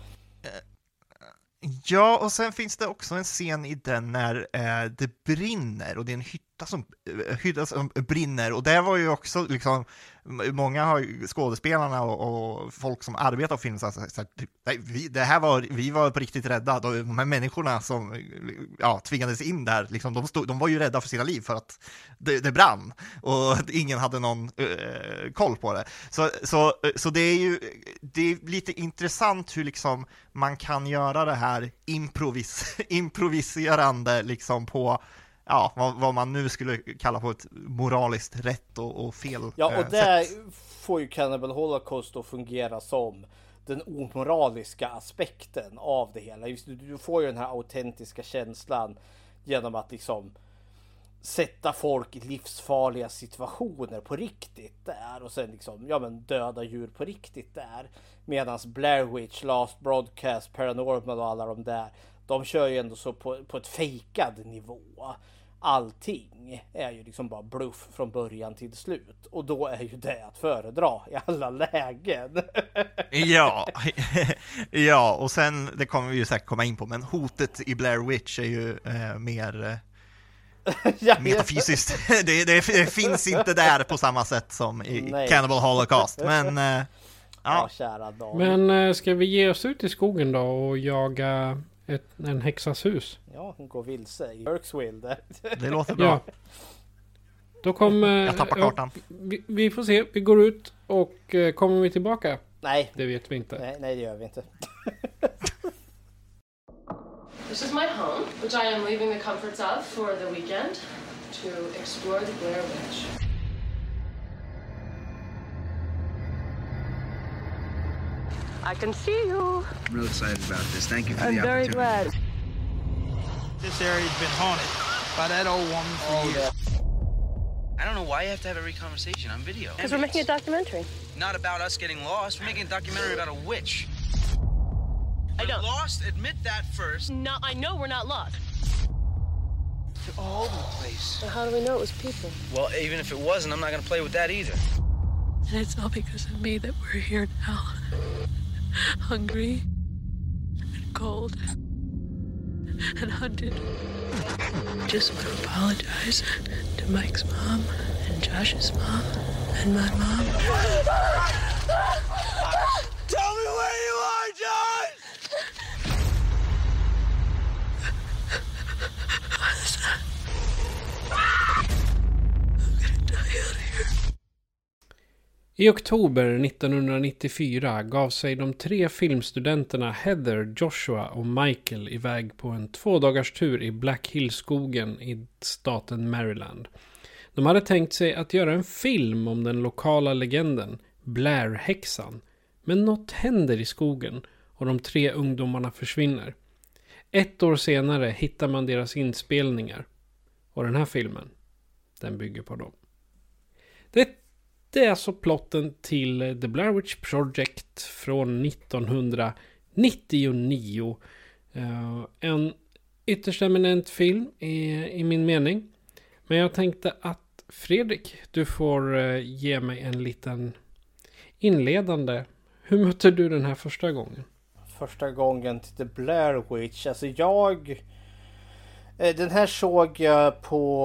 Ja, och sen finns det också en scen i den när det brinner och det är en hytta som brinner, och det var ju också liksom, många har skådespelarna och folk som arbetar på film så vi var på riktigt rädda. De här människorna som tvingades in där, liksom, de var ju rädda för sina liv för att det brann och ingen hade någon koll på det. Så det är lite intressant hur liksom man kan göra det här improviserande liksom på vad man nu skulle kalla på ett moraliskt rätt och fel. Ja, och det får ju Cannibal Holocaust att fungera som den omoraliska aspekten av det hela. Du får ju den här autentiska känslan genom att liksom sätta folk i livsfarliga situationer på riktigt där, och sen liksom, döda djur på riktigt där. Medans Blair Witch, Last Broadcast, Paranormal och alla de där, de kör ju ändå så på ett fejkad nivå. Allting är ju liksom bara bluff från början till slut. Och då är ju det att föredra i alla lägen. Ja, och sen, det kommer vi ju säkert komma in på, men hotet i Blair Witch är ju mer metafysiskt. Det finns inte där på samma sätt som i Cannibal Holocaust. Men kära dag. Men ska vi ge oss ut i skogen då och jaga en häxas hus? Ja, hon går vilse i Berksville. Det låter bra. Ja. Då kommer jag tappar kartan. Vi får se, vi går ut och kommer vi tillbaka? Nej. Det vet vi inte. Nej, det gör vi inte. This is my home, which I am leaving the comforts of for the weekend to explore the Blair Witch. I can see you. I'm really excited about this. Thank you for I'm the very opportunity. glad. This area's been haunted by that old woman for years. I don't know why you have to have every conversation on video. Because we're making a documentary. Not about us getting lost. We're making a documentary about a witch. We're lost. Admit that first. No, I know we're not lost. They're all over the place. Well, how do we know it was people? Well, even if it wasn't, I'm not going to play with that either. And it's all because of me that we're here now. Hungry and cold and hunted. Just want to apologize to Mike's mom and Josh's mom and my mom. Tell me where you are, Josh! I'm gonna die out here. I oktober 1994 gav sig de 3 filmstudenterna Heather, Joshua och Michael iväg på en 2-dagarstur i Black Hill-skogen i staten Maryland. De hade tänkt sig att göra en film om den lokala legenden, Blair-häxan. Men något händer i skogen och de 3 ungdomarna försvinner. 1 år senare hittar man deras inspelningar. Och den här filmen, den bygger på dem. Det är alltså plotten till The Blair Witch Project från 1999. En ytterst eminent film i min mening. Men jag tänkte att Fredrik, du får ge mig en liten inledande. Hur mötte du den här första gången? Första gången till The Blair Witch. Alltså den här såg jag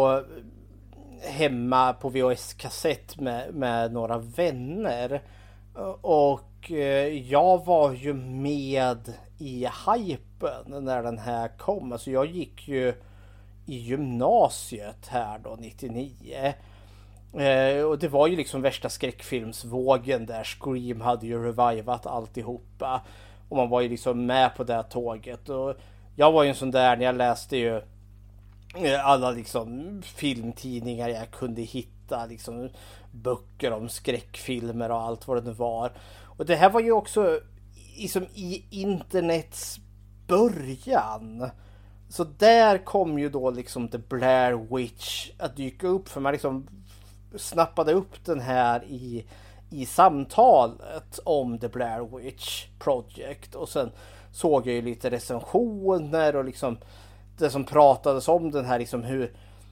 hemma på VHS-kassett med några vänner. Och jag var ju med i hypen när den här kom. Alltså jag gick ju i gymnasiet här då 99. Och det var ju liksom värsta skräckfilmsvågen där. Scream hade ju revivat alltihopa. Och man var ju liksom med på det tåget. Och jag var ju en sån där, när jag läste ju alla liksom filmtidningar jag kunde hitta, liksom böcker om skräckfilmer och allt vad det nu var. Och det här var ju också i internets början. Så där kom ju då liksom The Blair Witch att dyka upp, för man liksom snappade upp den här i samtalet om The Blair Witch Project, och sen såg jag ju lite recensioner och liksom det som pratades om den här, liksom hur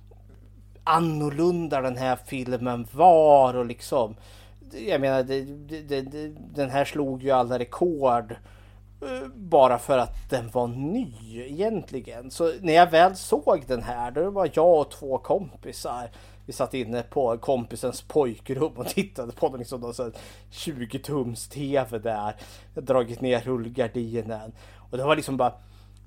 annorlunda den här filmen var, och liksom jag menar den här slog ju alla rekord bara för att den var ny egentligen. Så när jag väl såg den här, då var jag och 2 kompisar, vi satt inne på kompisens pojkrum och tittade på den, liksom någon sån 20-tums tv där, jag dragit ner rullgardinen, och det var liksom bara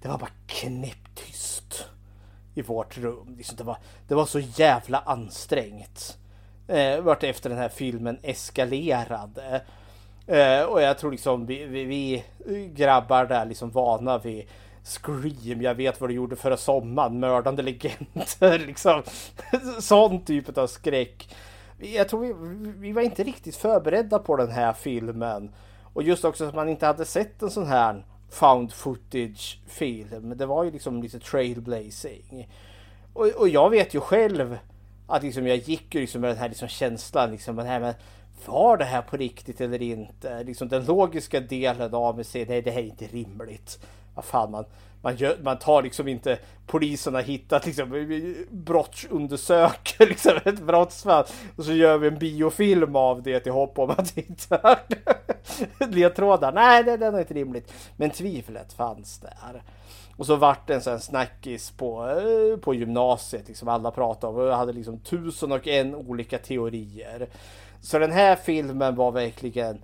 knäpptyst i vårt rum. Liksom det var så jävla ansträngt vart efter den här filmen eskalerade. Och jag tror liksom vi grabbar där liksom vana vid Scream, jag vet vad du gjorde förra sommaren, mördande legender, liksom sån typ av skräck. Jag tror vi var inte riktigt förberedda på den här filmen, och just också att man inte hade sett en sån här found footage film. Det var ju liksom lite trailblazing, och jag vet ju själv att liksom jag gick ju liksom med den här liksom känslan liksom, men var det här på riktigt eller inte? Liksom den logiska delen av mig säger nej, det här är inte rimligt. Vad fan, man tar liksom inte, polisen har hittat liksom brottsundersöker liksom ett brottsfall, och så gör vi en biofilm av det till hopp om att hitta ledtrådar. Nej, det är inte rimligt. Men tvivlet fanns där. Och så vart det en sån snackis på gymnasiet, liksom alla pratade om, och jag hade liksom 1001 olika teorier. Så den här filmen var verkligen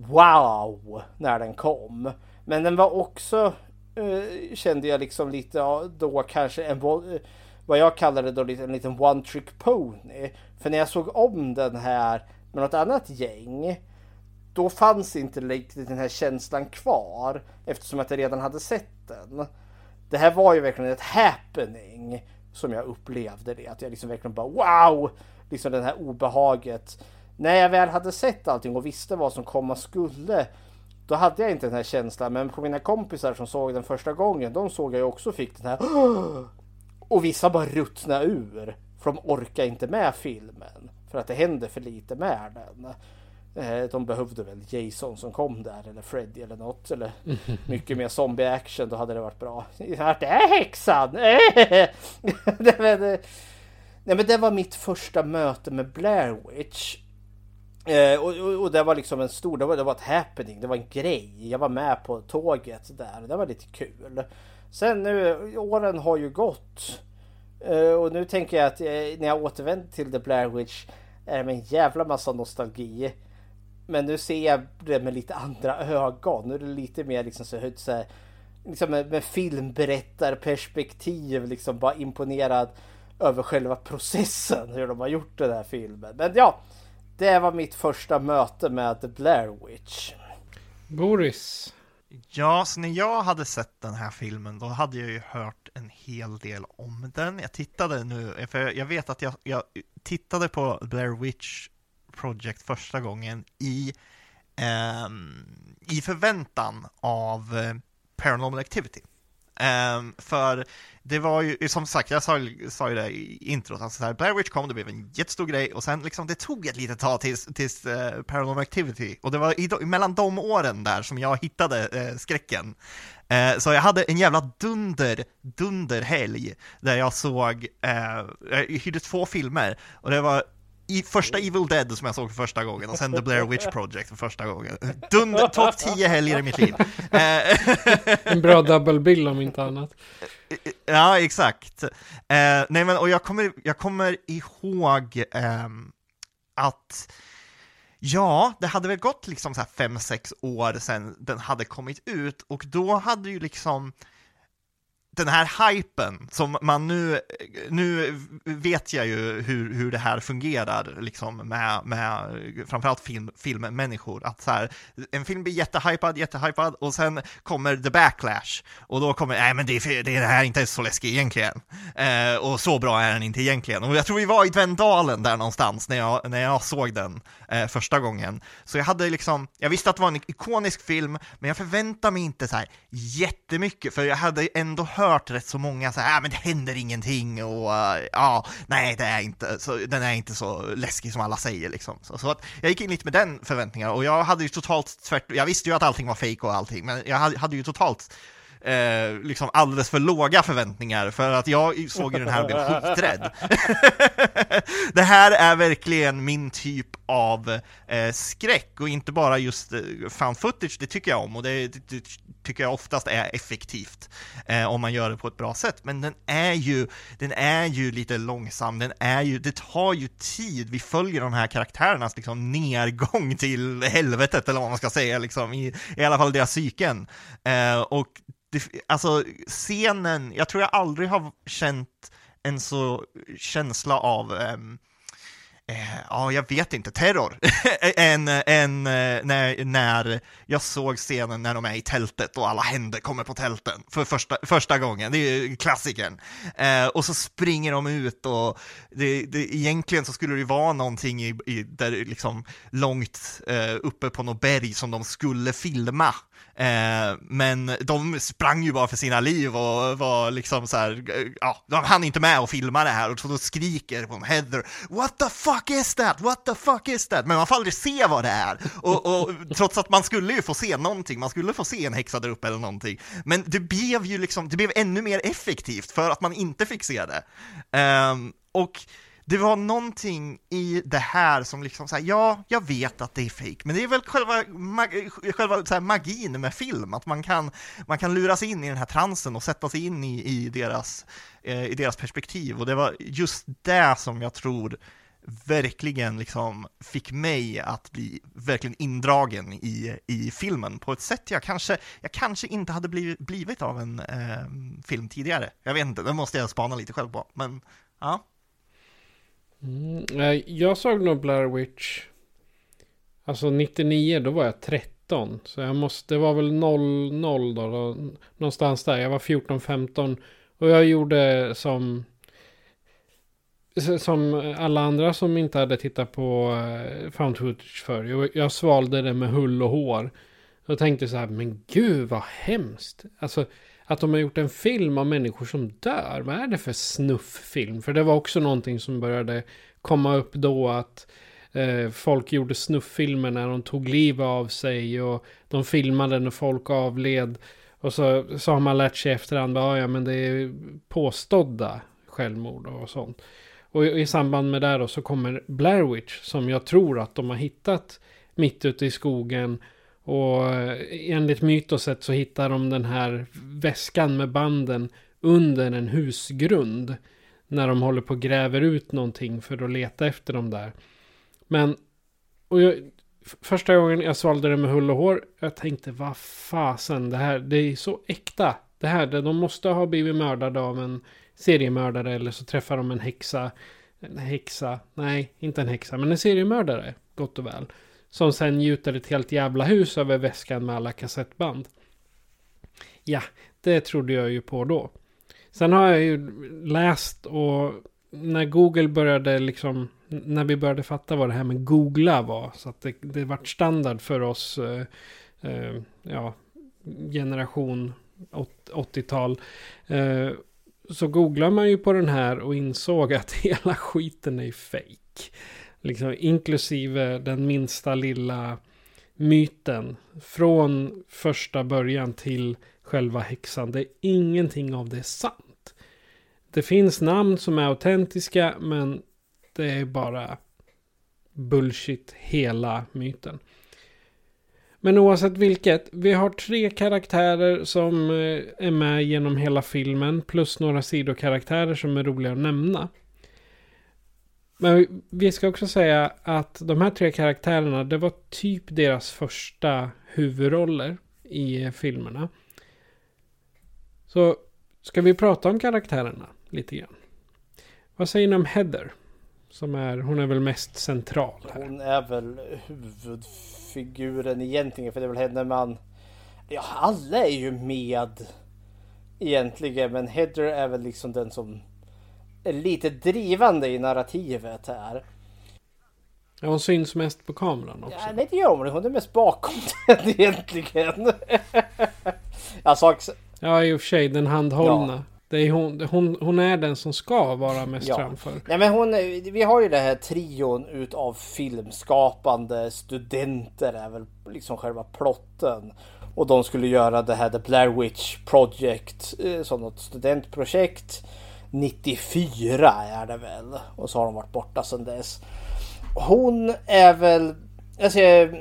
wow när den kom. Men den var också kände jag liksom lite då kanske vad jag kallade då en liten one trick pony. För när jag såg om den här med något annat gäng, då fanns inte riktigt den här känslan kvar, eftersom att jag redan hade sett den. Det här var ju verkligen ett happening som jag upplevde det. Att jag liksom verkligen bara wow! Liksom det här obehaget. När jag väl hade sett allting och visste vad som komma skulle, då hade jag inte den här känslan. Men på mina kompisar som såg den första gången, de såg jag ju också fick den här och vissa bara ruttna ur, för de orkar inte med filmen, för att det händer för lite med den. De behövde väl Jason som kom där, eller Freddy eller något, eller mycket mer zombie action, då hade det varit bra. Det är häxan! Nej, men det var mitt första möte med Blair Witch. Och det var liksom det var ett happening, det var en grej. Jag var med på tåget där, det var lite kul. Sen nu, åren har ju gått, och nu tänker jag att när jag återvänder till The Blair Witch är det med en jävla massa nostalgi. Men nu ser jag det med lite andra ögon. Nu är det lite mer liksom så här, liksom med filmberättarperspektiv, liksom bara imponerad över själva processen, hur de har gjort den här filmen. Men ja, det var mitt första möte med The Blair Witch. Boris? Ja, så när jag hade sett den här filmen, då hade jag ju hört en hel del om den. Jag tittade nu, för jag vet att jag tittade på Blair Witch Project första gången i förväntan av Paranormal Activity. För det var ju, som sagt, jag sa ju det i introt, alltså så här, Blair Witch kom, det blev en jättestor grej, och sen liksom det tog ett litet tag tills Paranormal Activity, och det var mellan de åren där som jag hittade skräcken. Så jag hade en jävla dunderhelg där jag såg, jag hyrde 2 filmer, och det var första Evil Dead som jag såg för första gången, och sen The Blair Witch Project för första gången. Topp 10 helger i mitt liv. En bra double bill om inte annat. Ja, exakt. Nej, men och jag kommer ihåg att ja, det hade väl gått liksom så här 5-6 år sedan den hade kommit ut, och då hade ju liksom den här hypen som man nu vet jag ju hur det här fungerar liksom med framförallt filmmänniskor, att så här, en film blir jättehypad och sen kommer the backlash och då kommer, nej men det här är inte så läskigt egentligen, och så bra är den inte egentligen. Och jag tror vi var i Dvendalen där någonstans när jag såg den första gången, så jag visste att det var en ikonisk film, men jag förväntade mig inte så här jättemycket, för jag hade ändå hört rätt så många så här, men det händer ingenting och nej, den är inte så läskig som alla säger liksom. Så att jag gick in lite med den förväntningar, och jag hade ju totalt jag visste ju att allting var fake och allting, men jag hade ju totalt liksom alldeles för låga förväntningar, för att jag såg ju den här och blev skiträdd. Det här är verkligen min typ av skräck, och inte bara just found footage, det tycker jag om, och det tycker jag oftast är effektivt om man gör det på ett bra sätt, men den är ju lite långsam, det tar ju tid, vi följer de här karaktärernas liksom nedgång till helvetet, eller vad man ska säga liksom, i alla fall deras psyken, och alltså scenen, jag tror jag aldrig har känt en så känsla av jag vet inte, terror än när jag såg scenen när de är i tältet och alla händer kommer på tälten för första gången. Det är klassikern. Och så springer de ut, och egentligen så skulle det vara någonting där liksom långt uppe på något berg som de skulle filma. Men de sprang ju bara för sina liv och var liksom så här, de hann inte med att filma det här, och så då skriker på Heather, what the fuck is that? Men man får aldrig se vad det är, och trots att man skulle ju få se någonting, man skulle få se en häxa där uppe eller någonting, men det blev ännu mer effektivt för att man inte fick se det, och det var någonting i det här som liksom så här, jag vet att det är fake, men det är väl själva så här magin med film, att man kan luras in i den här transen och sätta sig in i deras perspektiv, och det var just det som jag tror verkligen liksom fick mig att bli verkligen indragen i filmen på ett sätt jag kanske inte hade blivit av en film tidigare. Jag vet inte, det måste jag spana lite själv på, men ja. Jag såg nog Blair Witch, alltså 99, då var jag 13, så det var väl 00 då, någonstans där, jag var 14-15, och jag gjorde som alla andra som inte hade tittat på found footage förr. Jag svalde det med hull och hår och tänkte så här, men gud vad hemskt, alltså att de har gjort en film av människor som dör. Vad är det för snufffilm? För det var också någonting som började komma upp då, att folk gjorde snufffilmer när de tog liv av sig, och de filmade när folk avled, och så har man lärt sig efterhand, men det är påstådda självmord och sånt. Och i samband med det då så kommer Blair Witch, som jag tror att de har hittat mitt ute i skogen. Och enligt mytoset så hittar de den här väskan med banden under en husgrund när de håller på och gräver ut någonting för att leta efter dem där. Men första gången jag svalde det med hull och hår, jag tänkte, vad fasen, det är så äkta. De måste ha blivit mördade av en seriemördare, eller så träffar de en häxa. Nej, inte en häxa, men en seriemördare, gott och väl. Som sen gjuter ett helt jävla hus över väskan med alla kassettband. Ja, det trodde jag ju på då. Sen har jag ju läst, och när Google började liksom, när vi började fatta vad det här med googla var, så att det vart standard för oss, generation 80-tal, så googlar man ju på den här och insåg att hela skiten är fake. Liksom, inklusive den minsta lilla myten från första början till själva häxan. Det är ingenting av det är sant. Det finns namn som är autentiska, men det är bara bullshit hela myten. Men oavsett vilket, vi har 3 karaktärer som är med genom hela filmen, plus några sidokaraktärer som är roliga att nämna. Men vi ska också säga att de här 3 karaktärerna, det var typ deras första huvudroller i filmerna. Så Ska vi prata om karaktärerna lite grann? Vad säger ni om Heather? Hon är väl mest central här. Hon är väl huvudfiguren egentligen, för det är väl henne man... Ja, alla är ju med egentligen, men Heather är väl liksom den som är lite drivande i narrativet här. Ja, hon syns mest på kameran också. Ja, nej, det gör hon är mest bakom den egentligen. Ja, i och för sig, den handhållna. Ja. Det är hon är den som ska vara mest framför. Ja, men vi har ju det här trion utav filmskapande studenter är väl liksom själva plotten. Och de skulle göra det här The Blair Witch Project som något studentprojekt. 94 är det väl. Och så har de varit borta sedan dess. Hon är väl... Alltså,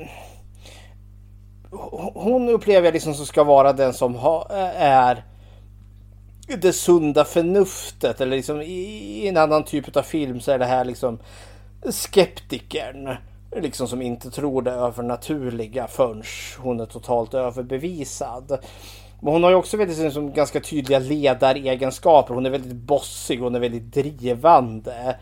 hon upplever jag liksom som ska vara den som är det sunda förnuftet. Eller liksom i en annan typ av film så är det här liksom skeptikern. Liksom som inte tror det övernaturliga förrän hon är totalt överbevisad. Men hon har ju också väldigt liksom, ganska tydliga ledaregenskaper. Hon är väldigt bossig, hon är väldigt drivande.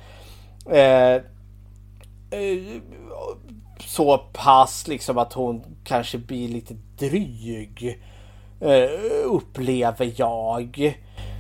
Så pass liksom att hon kanske blir lite dryg, upplever jag.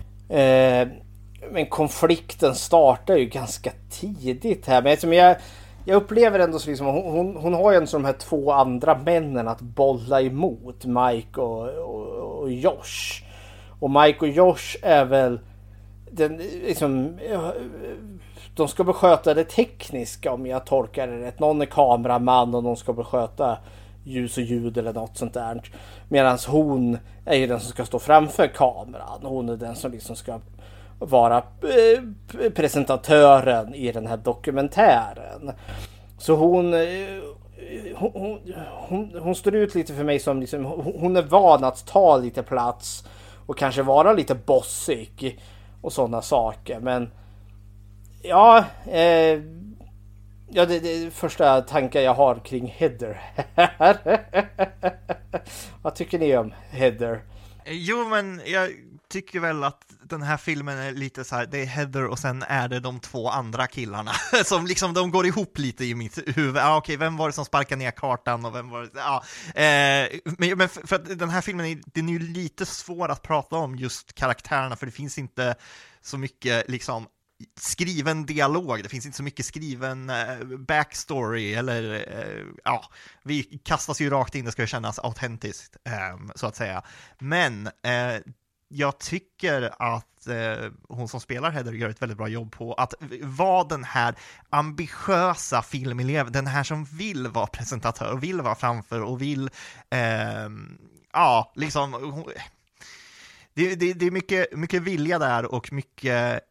Men konflikten startar ju ganska tidigt här. Men jag upplever ändå så liksom, hon har ju en sån de här två andra männen att bolla emot, Mike och Josh. Och Mike och Josh är väl den liksom, de ska besköta det tekniska om jag tolkar det rätt. Någon är kameraman och någon ska besköta ljus och ljud eller något sånt där. Medan hon är ju den som ska stå framför kameran. Hon är den som liksom ska vara presentatören i den här dokumentären. Så hon står ut lite för mig som liksom, hon är van att ta lite plats och kanske vara lite bossig och sådana saker. Men ja, det första tankar jag har kring Heather här. Vad tycker ni om Heather? Jo, men jag tycker väl att den här filmen är lite så här, det är Heather och sen är det de två andra killarna som liksom, de går ihop lite i mitt huvud. Okej, vem var det som sparkade ner kartan och vem var det? Men för att den här filmen den är ju lite svår att prata om just karaktärerna, för det finns inte så mycket liksom skriven dialog, det finns inte så mycket skriven backstory eller vi kastas ju rakt in, det ska ju kännas autentiskt så att säga. Men jag tycker att hon som spelar Heather gör ett väldigt bra jobb på att vara den här ambitiösa filmeleven, den här som vill vara presentatör och vill vara framför och vill liksom det är mycket vilja där och mycket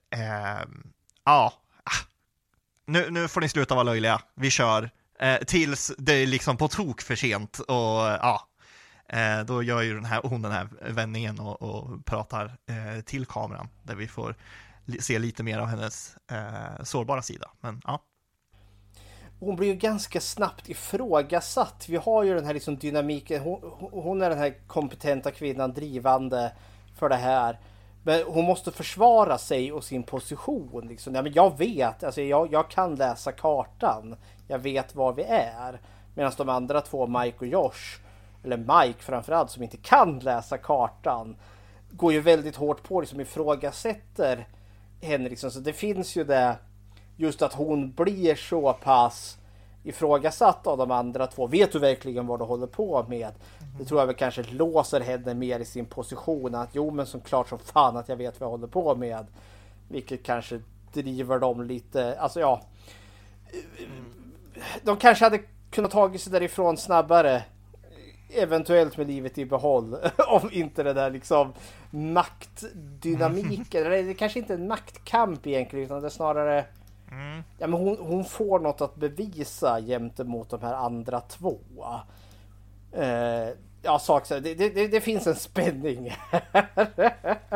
nu får ni sluta vara löjliga, vi kör tills det är liksom på tok för sent och då gör ju hon den här vändningen och pratar till kameran där vi får se lite mer av hennes sårbara sida. Men ja. Hon blir ju ganska snabbt ifrågasatt. Vi har ju den här liksom dynamiken. Hon är den här kompetenta kvinnan, drivande för det här. Men hon måste försvara sig och sin position. Liksom. Ja, men jag vet, alltså jag kan läsa kartan. Jag vet var vi är. Medan de andra två, Mike och Josh, eller Mike framförallt, som inte kan läsa kartan, går ju väldigt hårt på, liksom ifrågasätter henne. Liksom. Så det finns ju det, just att hon blir så pass ifrågasatt av de andra två. Vet du verkligen vad du håller på med? Det tror jag väl kanske låser henne mer i sin position. Att jo, men som klart som fan att jag vet vad jag håller på med. Vilket kanske driver dem lite. Alltså ja. De kanske hade kunnat tagit sig därifrån snabbare. Eventuellt med livet i behåll. Om inte det där liksom maktdynamiken. Eller det kanske inte är en maktkamp egentligen. Utan det är snarare... Ja, men hon får något att bevisa gentemot de här andra två. Det finns en spänning här.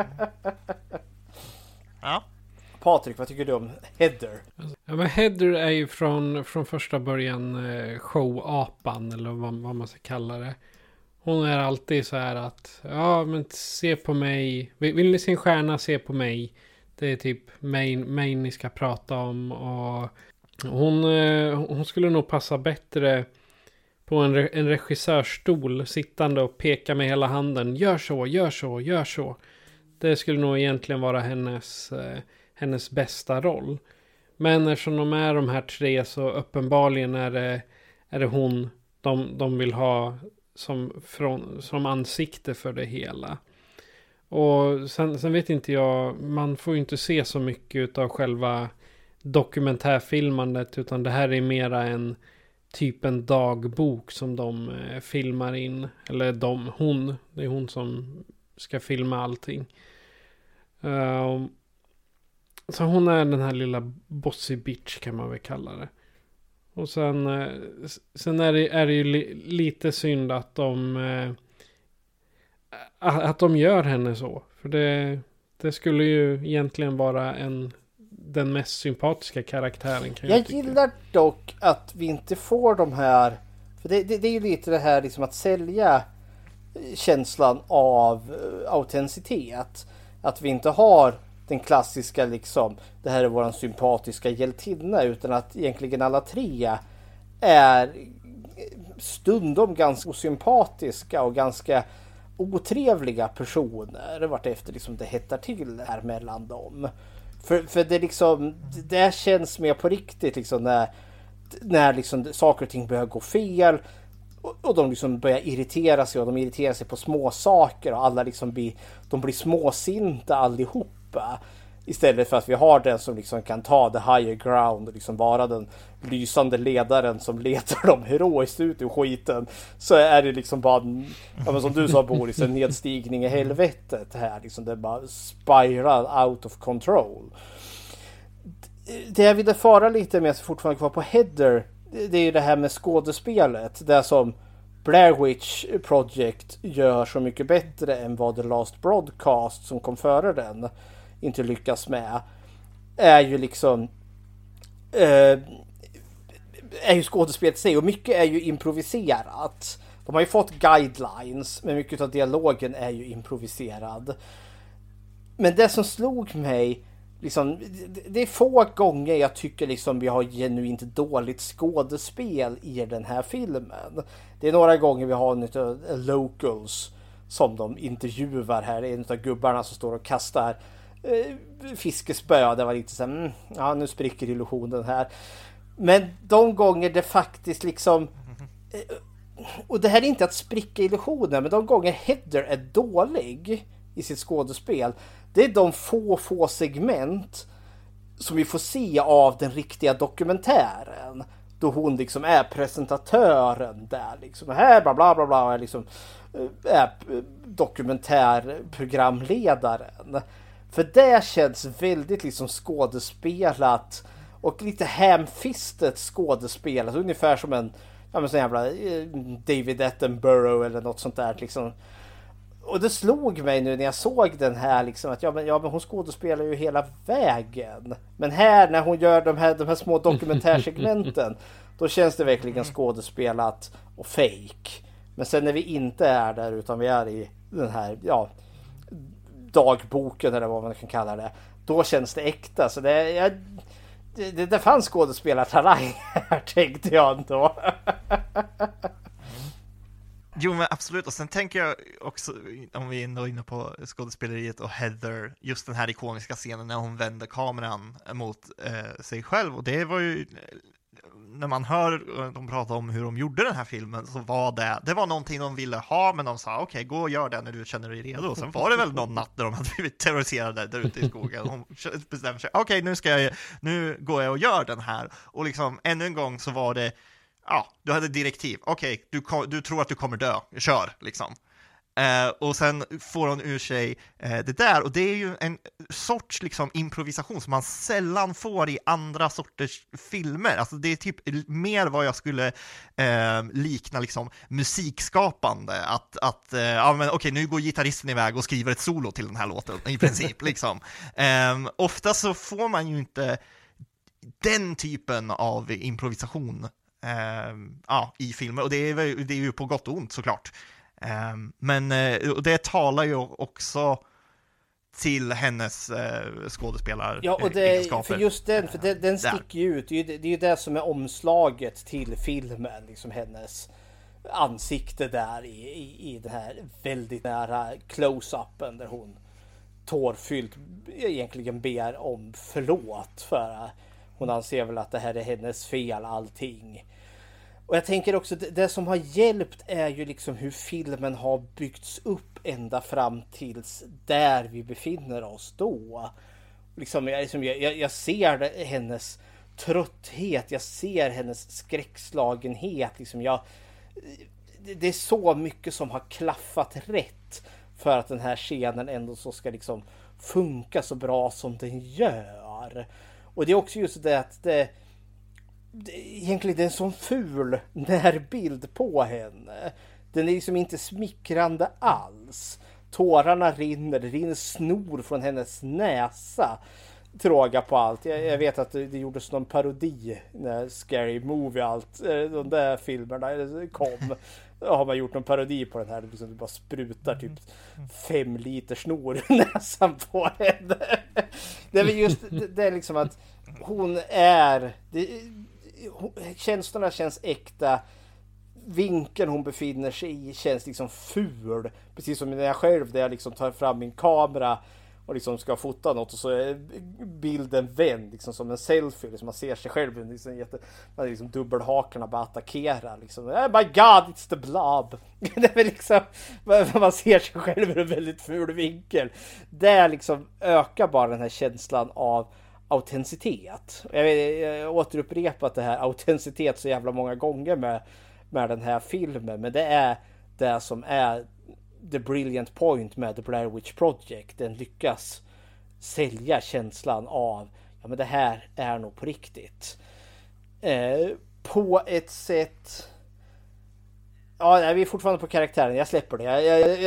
Ja. Patrik, vad tycker du om Heather? Ja, men Heather är ju från första början showapan, eller vad man ska kalla det. Hon är alltid så här att ja, men se på mig. Vill ni se en stjärna, se på mig. Det är typ mig ni ska prata om. Och hon skulle nog passa bättre på en regissörstol sittande och peka med hela handen. Gör så, gör så, gör så. Det skulle nog egentligen vara hennes bästa roll. Men eftersom de är de här tre så uppenbarligen är det hon de vill ha som ansikte för det hela. Och sen vet inte jag, man får ju inte se så mycket av själva dokumentärfilmandet, utan det här är mera en dagbok som de filmar in. Eller det är hon som ska filma allting. Så hon är den här lilla bossy bitch, kan man väl kalla det. Och sen är det ju lite synd att de gör henne så. För det skulle ju egentligen vara den mest sympatiska karaktären, kan jag tycka. Gillar dock att vi inte får de här, för det är ju lite det här liksom att sälja känslan av autenticitet. Att vi inte har den klassiska liksom, det här är våran sympatiska hjältinna, utan att egentligen alla tre är stundom ganska osympatiska och ganska otrevliga personer vart efter liksom det hettar till här mellan dem. För det liksom, det känns mer på riktigt liksom när liksom saker och ting börjar gå fel och de liksom börjar irritera sig, och de irriterar sig på små saker och alla liksom blir småsinta allihopa. Istället för att vi har den som liksom kan ta the higher ground och liksom vara den lysande ledaren som leder dem heroiskt ut ur skiten, så är det liksom bara men som du sa, Boris, en nedstigning i helvetet här. Liksom det bara spiral out of control. Det jag ville fara lite med, så fortfarande kvar på Heather, det är ju det här med skådespelet. Det som Blair Witch Project gör så mycket bättre än vad The Last Broadcast, som kom före den, inte lyckas med, är ju liksom är ju skådespelet sig, och mycket är ju improviserat. De har ju fått guidelines, men mycket av dialogen är ju improviserad. Men det som slog mig liksom, det är få gånger jag tycker liksom vi har genuint dåligt skådespel i den här filmen. Det är några gånger vi har en locals som de intervjuar här, en av gubbarna som står och kastar fiskespö. Det var lite så här, ja, nu spricker illusionen här. Men de gånger det faktiskt liksom, och det här är inte att spricka illusionen, men de gånger Heather är dålig i sitt skådespel, det är de få segment som vi får se av den riktiga dokumentären, då hon liksom är presentatören där liksom, här bla bla bla bla, liksom är dokumentärprogramledaren. För det känns väldigt liksom skådespelat och lite ham-fistet skådespelat, ungefär som en sån jävla David Attenborough eller något sånt där liksom. Och det slog mig nu när jag såg den här liksom, att men hon skådespelar ju hela vägen. Men här när hon gör de här små dokumentärsegmenten, då känns det verkligen skådespelat och fake. Men sen när vi inte är där, utan vi är i den här dagboken eller vad man kan kalla det, då känns det äkta. Så det fanns skådespelartalang här, tänkte jag ändå. Jo, men absolut. Och sen tänker jag också, om vi är ändå inne på skådespeleriet och Heather, just den här ikoniska scenen när hon vänder kameran mot sig själv. Och det var ju, när man hör de prata om hur de gjorde den här filmen, så var det var någonting de ville ha, men de sa okej, gå och gör det när du känner dig redo. Och sen var det väl någon natt där de hade blivit terroriserade där ute i skogen. Hon bestämde sig, okej, nu går jag och gör den här. Och liksom ännu en gång så var det, du hade direktiv. Okej, du tror att du kommer dö. Kör, liksom. Och sen får hon ur sig det där. Och det är ju en sorts liksom improvisation som man sällan får i andra sorters filmer. Alltså det är typ mer vad jag skulle likna liksom musikskapande. Okej, nu går gitarristen iväg och skriver ett solo till den här låten i princip. Liksom. Ofta så får man ju inte den typen av improvisation i filmer, och det är ju på gott och ont såklart. Men det talar ju också till hennes skådespelaregenskaper. Ja, och för just den sticker ju ut. Det är ju det som är omslaget till filmen, liksom hennes ansikte där i den här väldigt nära close-upen där hon tårfyllt egentligen ber om förlåt för hon anser väl att det här är hennes fel allting. Och jag tänker också det som har hjälpt är ju liksom hur filmen har byggts upp ända fram tills där vi befinner oss då. Jag ser hennes trötthet, jag ser hennes skräckslagenhet. Det är så mycket som har klaffat rätt för att den här scenen ändå så ska liksom funka så bra som den gör. Och det är också just det att egentligen det är en sån ful närbild på henne. Den är liksom inte smickrande alls. Tårarna rinner, det rinner snor från hennes näsa. Tråga på allt. Jag vet att det gjordes någon parodi när Scary Movie allt de där filmerna kom. Har man gjort någon parodi på den här liksom det bara sprutar typ 5 liter snor i näsan på henne. Det är just det är liksom att hon är känslorna känns äkta. Vinkeln hon befinner sig i känns liksom ful. Precis som när jag själv där jag liksom tar fram min kamera och liksom ska fota något och så är bilden vänd liksom som en selfie. Liksom man ser sig själv liksom man är liksom dubbelhakarna bara attackerar liksom. Oh my god, it's the blob. Det är väl liksom man ser sig själv i en väldigt ful vinkel. Det liksom ökar bara den här känslan av autenticitet. Jag återupprepat det här autenticitet så jävla många gånger med den här filmen, men det är det som är the brilliant point med The Blair Witch Project. Den lyckas sälja känslan av men det här är nog på riktigt. På ett sätt vi är fortfarande på karaktären. Jag släpper det.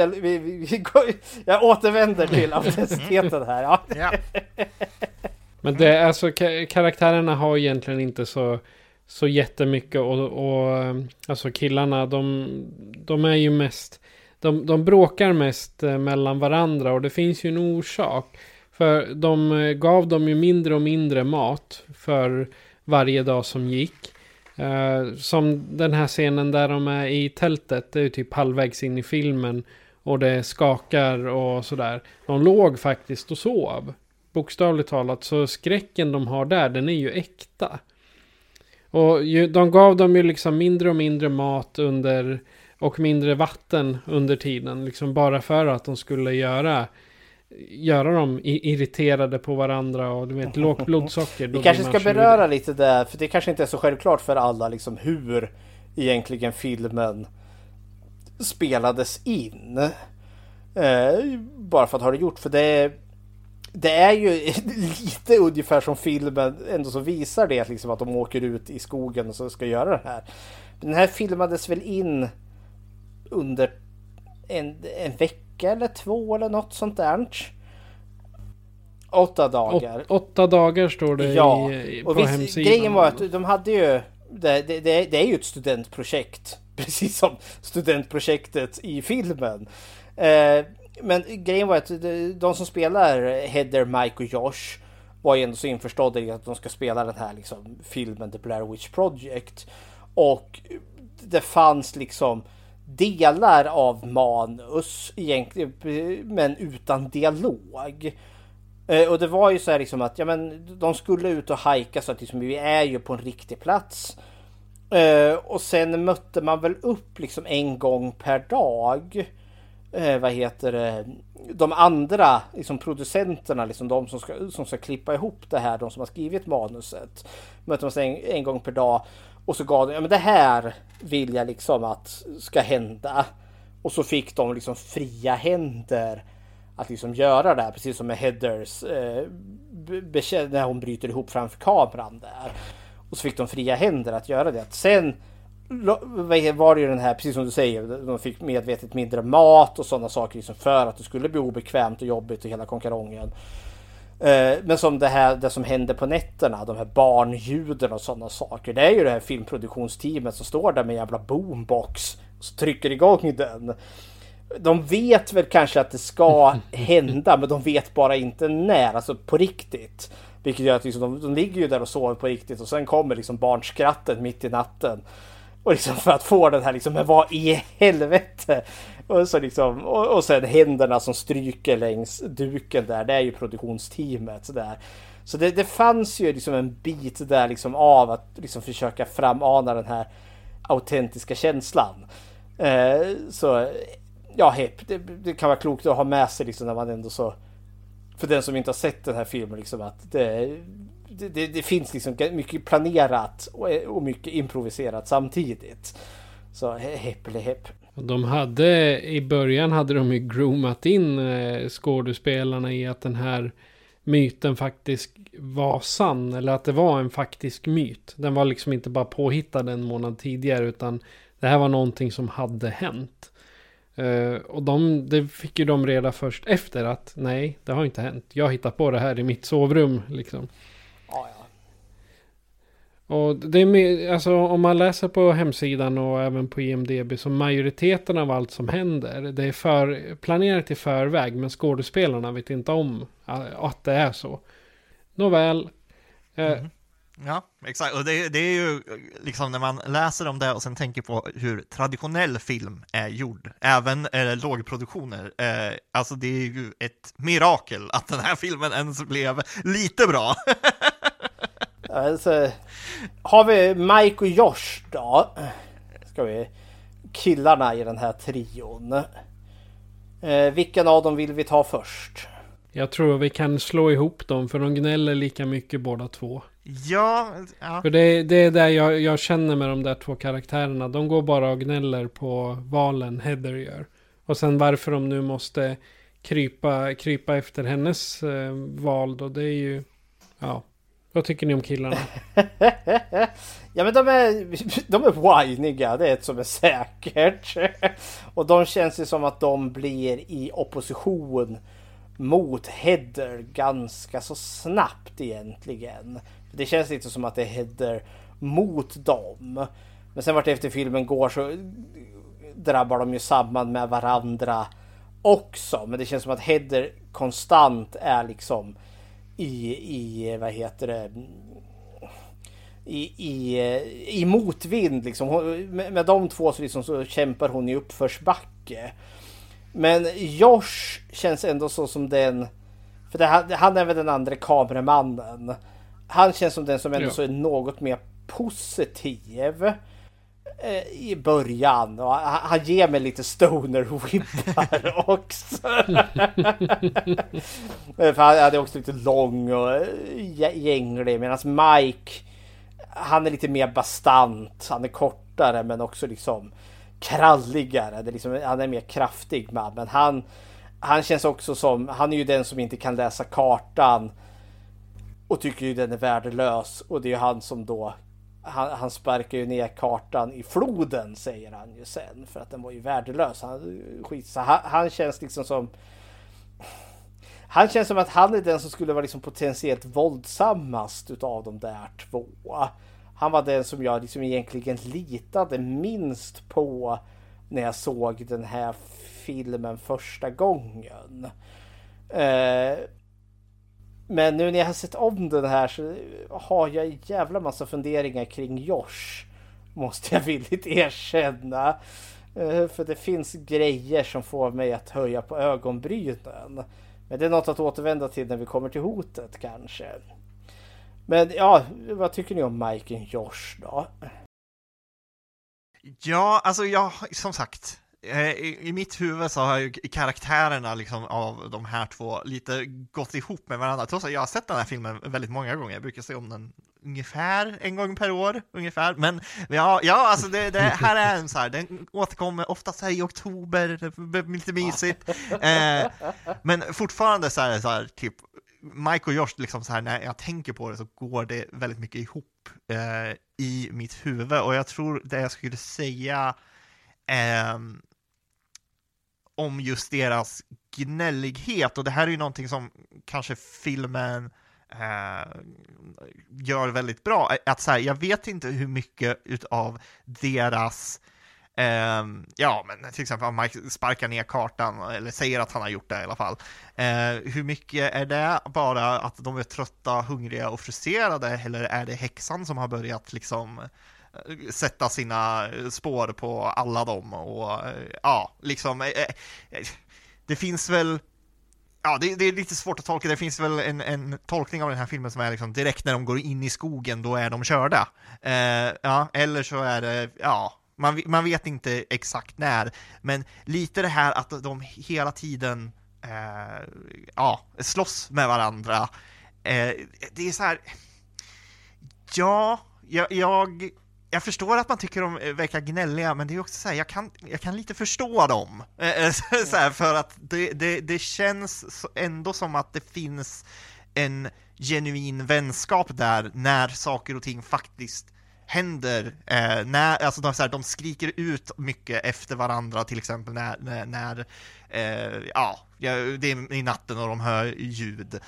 Jag återvänder till autenticiteten här. Ja. Men det alltså karaktärerna har egentligen inte så jättemycket och alltså killarna de är ju mest de bråkar mest mellan varandra och det finns ju en orsak. För de gav dem ju mindre och mindre mat för varje dag som gick. Som den här scenen där de är i tältet, det är ju typ halvvägs in i filmen och det skakar och sådär. De låg faktiskt och sov. Bokstavligt talat, så skräcken de har där, den är ju äkta. Och de gav dem ju liksom mindre och mindre mat och mindre vatten under tiden. Liksom bara för att de skulle göra dem irriterade på varandra och du vet, lågt blodsocker. Vi kanske ska beröra lite där, för det kanske inte är så självklart för alla liksom hur egentligen filmen spelades in. Bara för att ha det gjort, för det är ju lite ungefär som filmen ändå så visar det liksom att de åker ut i skogen och så ska göra det här. Den här filmades väl in under en vecka eller 2 eller något sånt där. 8 dagar. 8 dagar står det på hemsidan. Grejen var att de hade ju det är ju ett studentprojekt, precis som studentprojektet i filmen. Men grejen var att de som spelar Heather, Mike och Josh var ju ändå så införstådda i att de ska spela den här liksom filmen The Blair Witch Project. Och det fanns liksom delar av manus egentligen, men utan dialog. Och det var ju så här liksom att de skulle ut och hajka så att liksom, vi är ju på en riktig plats. Och sen mötte man väl upp liksom en gång per dag. De andra liksom producenterna, liksom de som ska klippa ihop det här, de som har skrivit manuset, mötte man sig en gång per dag och så gav de, det här vill jag liksom att ska hända, och så fick de liksom fria händer att liksom göra det här, precis som med Heathers när hon bryter ihop framför kameran där, och så fick de fria händer att göra det. Sen var det ju den här, precis som du säger, de fick medvetet mindre mat och sådana saker liksom för att det skulle bli obekvämt och jobbigt och hela konkarongen. Men som det som hände på nätterna, de här barnljuden och sådana saker, det är ju det här filmproduktionsteamet som står där med en jävla boombox så trycker igång den. De vet väl kanske att det ska hända, men de vet bara inte när, alltså på riktigt. Vilket gör att liksom, de ligger ju där och sover på riktigt och sen kommer liksom barnskratten mitt i natten. Och liksom för att få den här liksom, men vad i helvete? Och så liksom, och sen händerna som stryker längs duken där, det är ju produktionsteamet där. Så det fanns ju liksom en bit där liksom av att liksom försöka framana den här autentiska känslan. Så ja, det kan vara klokt att ha med sig liksom när man ändå så, för den som inte har sett den här filmen liksom, att det finns liksom mycket planerat och mycket improviserat samtidigt. Så hepp. I början hade de ju groomat in skådespelarna i att den här myten faktiskt var sann, eller att det var en faktisk myt. Den var liksom inte bara påhittad en månad tidigare, utan det här var någonting som hade hänt. Och det fick ju de reda först efter att nej, det har inte hänt. Jag hittar på det här i mitt sovrum liksom. Ja. Och det är alltså, om man läser på hemsidan och även på IMDb, så majoriteten av allt som händer, det är planerat i förväg, men skådespelarna vet inte om att det är så. Nåväl. Ja, exakt. Och det är ju liksom när man läser om det och sen tänker på hur traditionell film är gjord, även lågproduktioner, alltså det är ju ett mirakel att den här filmen ens blev lite bra. Alltså, har vi Mike och Josh då? Ska vi killarna i den här trion. Vilken av dem vill vi ta först? Jag tror vi kan slå ihop dem, för de gnäller lika mycket båda två. Ja. För det är där jag känner med de där två karaktärerna. De går bara och gnäller på valen Heather gör. Och sen varför de nu måste krypa efter hennes val då, det är ju... Ja. Vad tycker ni om killarna? Ja, men de är whiniga, det är ett som är säkert. Och de känns ju som att de blir i opposition mot Heather ganska så snabbt egentligen. Det känns lite som att det är Heather mot dem. Men sen vart efter filmen går så drabbar de ju samman med varandra också. Men det känns som att Heather konstant är liksom i vad heter det, i motvind liksom. Med de två så, liksom, så kämpar hon i uppförsbacke. Men Josh känns ändå så som den, för han är väl den andra kameramannen. Han känns som den som ändå så är något mer positiv i början. Och han ger mig lite stoner-whippar också. För han är också lite lång och gänglig. Medan Mike, han är lite mer bastant. Han är kortare men också liksom kralligare. Det är liksom, han är mer kraftig man. Men han känns också som, han är ju den som inte kan läsa kartan och tycker ju den är värdelös. Och det är ju han som då, han sparkar ju ner kartan i floden, säger han ju sen, för att den var ju värdelös. Han känns liksom som, han känns som att han är den som skulle vara liksom potentiellt våldsammast utav de där två. Han var den som jag liksom egentligen litade minst på när jag såg den här filmen första gången. Men nu när jag har sett om den här så har jag en jävla massa funderingar kring Josh. Måste jag villigt erkänna. För det finns grejer som får mig att höja på ögonbrynen. Men det är något att återvända till när vi kommer till hotet kanske. Men ja, vad tycker ni om Mike och Josh då? Ja, alltså jag, som sagt, i mitt huvud så har ju karaktärerna liksom av de här två lite gått ihop med varandra. Trots att jag har sett den här filmen väldigt många gånger. Jag brukar se om den ungefär en gång per år, ungefär. Men ja alltså det här är en så här, den återkommer oftast här i oktober, det blir lite mysigt. Men fortfarande så här typ Mike och Josh, liksom så här, när jag tänker på det så går det väldigt mycket ihop i mitt huvud. Och jag tror det jag skulle säga om just deras gnällighet, och det här är ju någonting som kanske filmen gör väldigt bra, att så här, jag vet inte hur mycket utav deras Ja, men till exempel Mike sparkar ner kartan, eller säger att han har gjort det i alla fall. Hur mycket är det bara att de är trötta, hungriga och frustrerade, eller är det häxan som har börjat liksom sätta sina spår på alla dem? Och ja, liksom det finns väl, ja, det är lite svårt att tolka. Det finns väl en tolkning av den här filmen som är liksom direkt när de går in i skogen, då är de körda. Ja, eller så är det, ja, man vet inte exakt när, men lite det här att de hela tiden slåss med varandra. Det är så här, ja, jag förstår att man tycker de verkar gnälliga, men det är också så här, jag kan lite förstå dem. Så här, för att det känns ändå som att det finns en genuin vänskap där när saker och ting faktiskt händer. Alltså de skriker ut mycket efter varandra, till exempel när det är i natten och de hör ljud.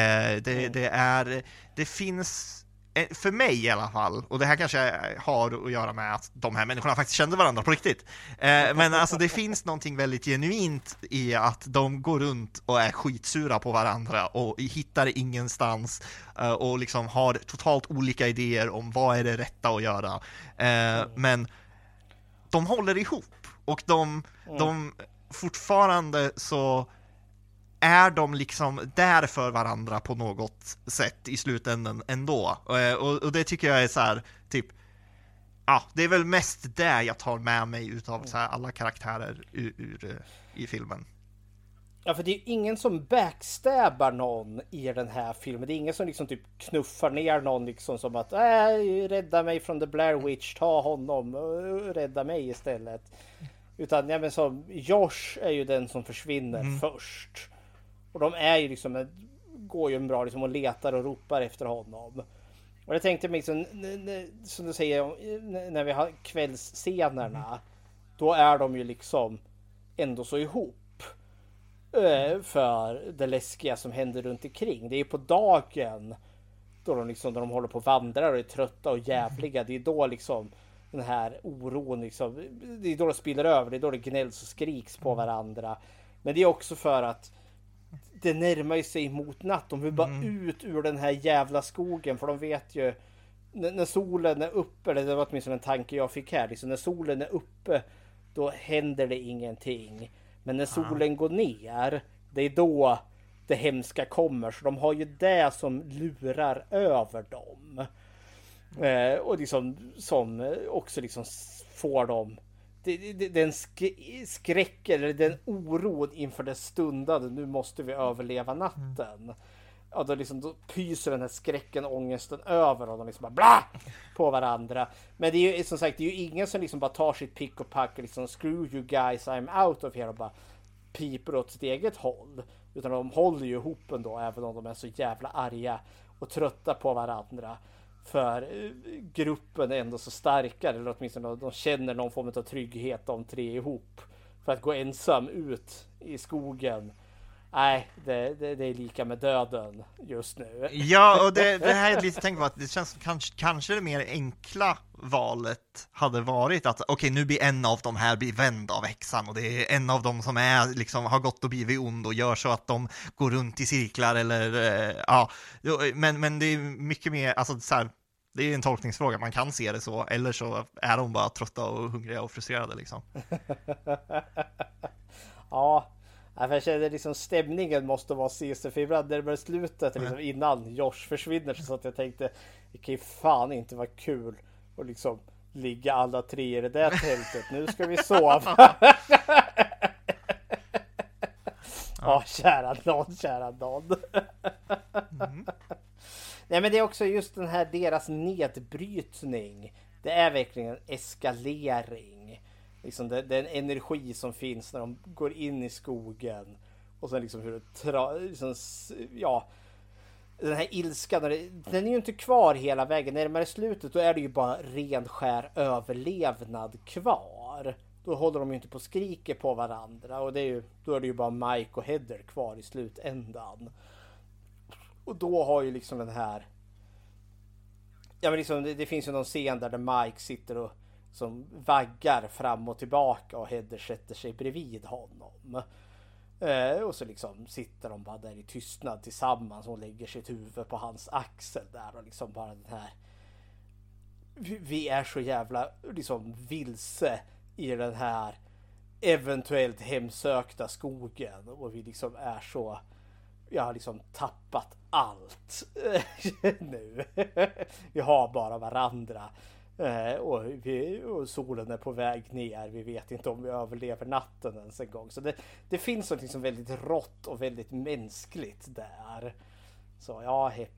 Det finns, för mig i alla fall, och det här kanske har att göra med att de här människorna faktiskt kände varandra på riktigt, men alltså det finns någonting väldigt genuint i att de går runt och är skitsura på varandra och hittar ingenstans, och liksom har totalt olika idéer om vad är det rätta att göra, men de håller ihop, och de fortfarande så är de liksom där för varandra på något sätt i slutändan ändå. Och det tycker jag är så här, typ, ja, det är väl mest där jag tar med mig utav så här alla karaktärer i filmen. Ja, för det är ingen som backstabbar någon i den här filmen. Det är ingen som liksom typ knuffar ner någon liksom som att rädda mig från The Blair Witch, ta honom, rädda mig istället. Utan ja, men som Josh är ju den som försvinner först. Och de är ju liksom, går ju bra liksom och letar och ropar efter honom. Och jag tänkte mig liksom, som du säger, när vi har kvällsscenerna, då är de ju liksom ändå så ihop för det läskiga som händer runt omkring. Det är ju på dagen då de håller på och vandrar och är trötta och jävliga. Det är då liksom den här oron liksom, det är då det spiller över, det är då det gnälls och skriks på varandra. Men det är också för att det närmar sig mot natt. De vill bara ut ur den här jävla skogen, för de vet ju när solen är uppe, det var åtminstone en tanke jag fick här, liksom, när solen är uppe då händer det ingenting, men när solen går ner, det är då det hemska kommer. Så de har ju det som lurar över dem, och liksom, som också liksom får dem den skräck eller den oron inför det stundande, nu måste vi överleva natten. Ja, då pyser den här skräcken och ångesten över och de liksom bara bla på varandra. Men det är ju som sagt, det är ju ingen som liksom bara tar sitt pick och pack och liksom screw you guys, I'm out of here, och bara piper åt sitt eget håll. Utan de håller ju ihop ändå, även om de är så jävla arga och trötta på varandra. För gruppen är ändå så starkare, eller åtminstone de känner någon form av trygghet, de tre ihop. För att gå ensam ut i skogen, nej, det är lika med döden just nu. Ja, och det här är lite tänkt på att det känns kanske det mer enkla valet hade varit att okej, nu blir en av de här blir vänd av häxan, och det är en av dem som är liksom har gått och blivit ond och gör så att de går runt i cirklar, eller ja, men det är mycket mer, alltså så här, det är en tolkningsfråga, man kan se det så, eller så är de bara trötta och hungriga och frustrerade liksom. Ja, för jag känner liksom stämningen måste vara sist, för ibland när det börjar slutet liksom, innan Josh försvinner, så att jag tänkte det kan ju fan inte vara kul att liksom ligga alla tre i det där tältet, nu ska vi sova. Ja, kära någon. Nej, men det är också just den här deras nedbrytning, det är verkligen en eskalering. Liksom den energi som finns när de går in i skogen, och sen liksom hur det ja, den här ilskan, den är ju inte kvar hela vägen. Närmare slutet då är det ju bara ren skär överlevnad kvar. Då håller de ju inte på och skriker på varandra, och då är det ju bara Mike och Heather kvar i slutändan. Och då har ju liksom den här, ja men liksom det finns ju någon scen där Mike sitter och som vaggar fram och tillbaka och Heather sätter sig bredvid honom. Och så liksom sitter de bara där i tystnad tillsammans och lägger sitt huvud på hans axel där och liksom bara den här, vi är så jävla liksom vilse i den här eventuellt hemsökta skogen och vi liksom är så, jag har liksom tappat allt nu. Vi har bara varandra. Och solen är på väg ner. Vi vet inte om vi överlever natten ens en gång. Så det finns något liksom väldigt rått och väldigt mänskligt där. Så ja, hepp.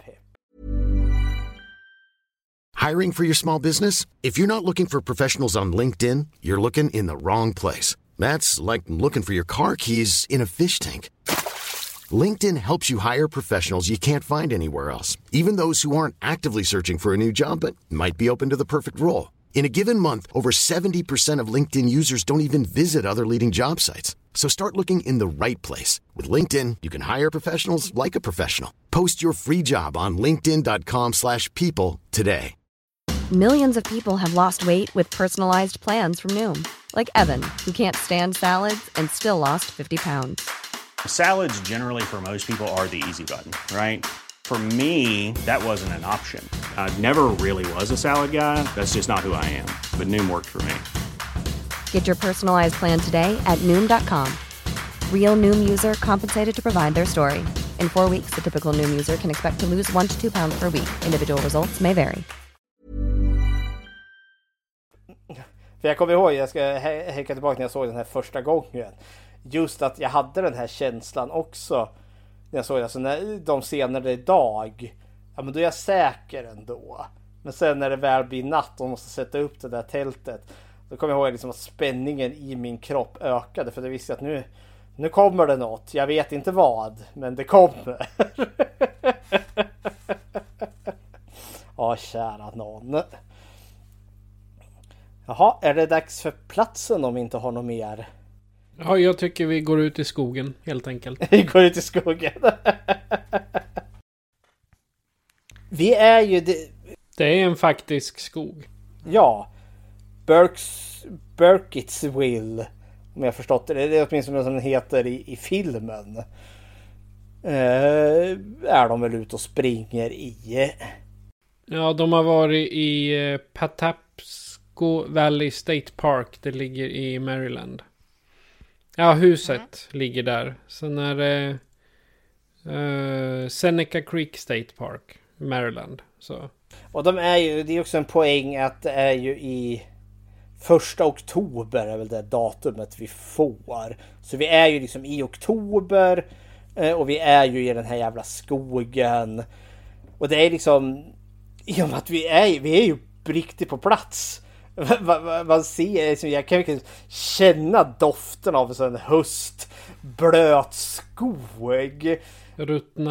Hiring for your small business? If you're not looking for professionals on LinkedIn, you're looking in the wrong place. That's like looking for your car keys in a fish tank. LinkedIn helps you hire professionals you can't find anywhere else, even those who aren't actively searching for a new job but might be open to the perfect role. In a given month, over 70% of LinkedIn users don't even visit other leading job sites. So start looking in the right place. With LinkedIn, you can hire professionals like a professional. Post your free job on linkedin.com/people today. Millions of people have lost weight with personalized plans from Noom. Like Evan, who can't stand salads and still lost 50 pounds. Salads generally for most people are the easy button, right? For me, that wasn't an option. I never really was a salad guy. That's just not who I am. But Noom worked for me. Get your personalized plan today at Noom.com. Real Noom user compensated to provide their story. In 4 weeks, the typical Noom user can expect to lose 1 to 2 pounds per week. Individual results may vary. För jag kommer ihåg, jag ska hejka tillbaka när jag såg den här första gången. Just att jag hade den här känslan också när jag såg det. Alltså när de senare idag, ja men då är jag säker ändå. Men sen när det väl blir natt och måste sätta upp det där tältet, då kommer jag ihåg liksom att spänningen i min kropp ökade. För jag visste att nu kommer det något. Jag vet inte vad, men det kommer. Ja, kära någon. Jaha, är det dags för platsen om vi inte har något mer? Ja, jag tycker vi går ut i skogen helt enkelt. Vi går ut i skogen. Vi är ju... Det är en faktisk skog. Ja. Burkittsville. Om jag förstått det. Det är åtminstone som den heter i filmen. Är de väl ute och springer i. Ja, de har varit i Patapsco Valley State Park. Det ligger i Maryland. Ja, huset ligger där. Sen är det Seneca Creek State Park, Maryland. Så. Och det är också en poäng att det är ju i 1 oktober är väl det datumet vi får. Så vi är ju liksom i oktober och vi är ju i den här jävla skogen. Och det är liksom, i och med att vi är ju riktigt på plats. Man ser, liksom, jag kan känna doften av en sån höst, blöt skog. Ruttna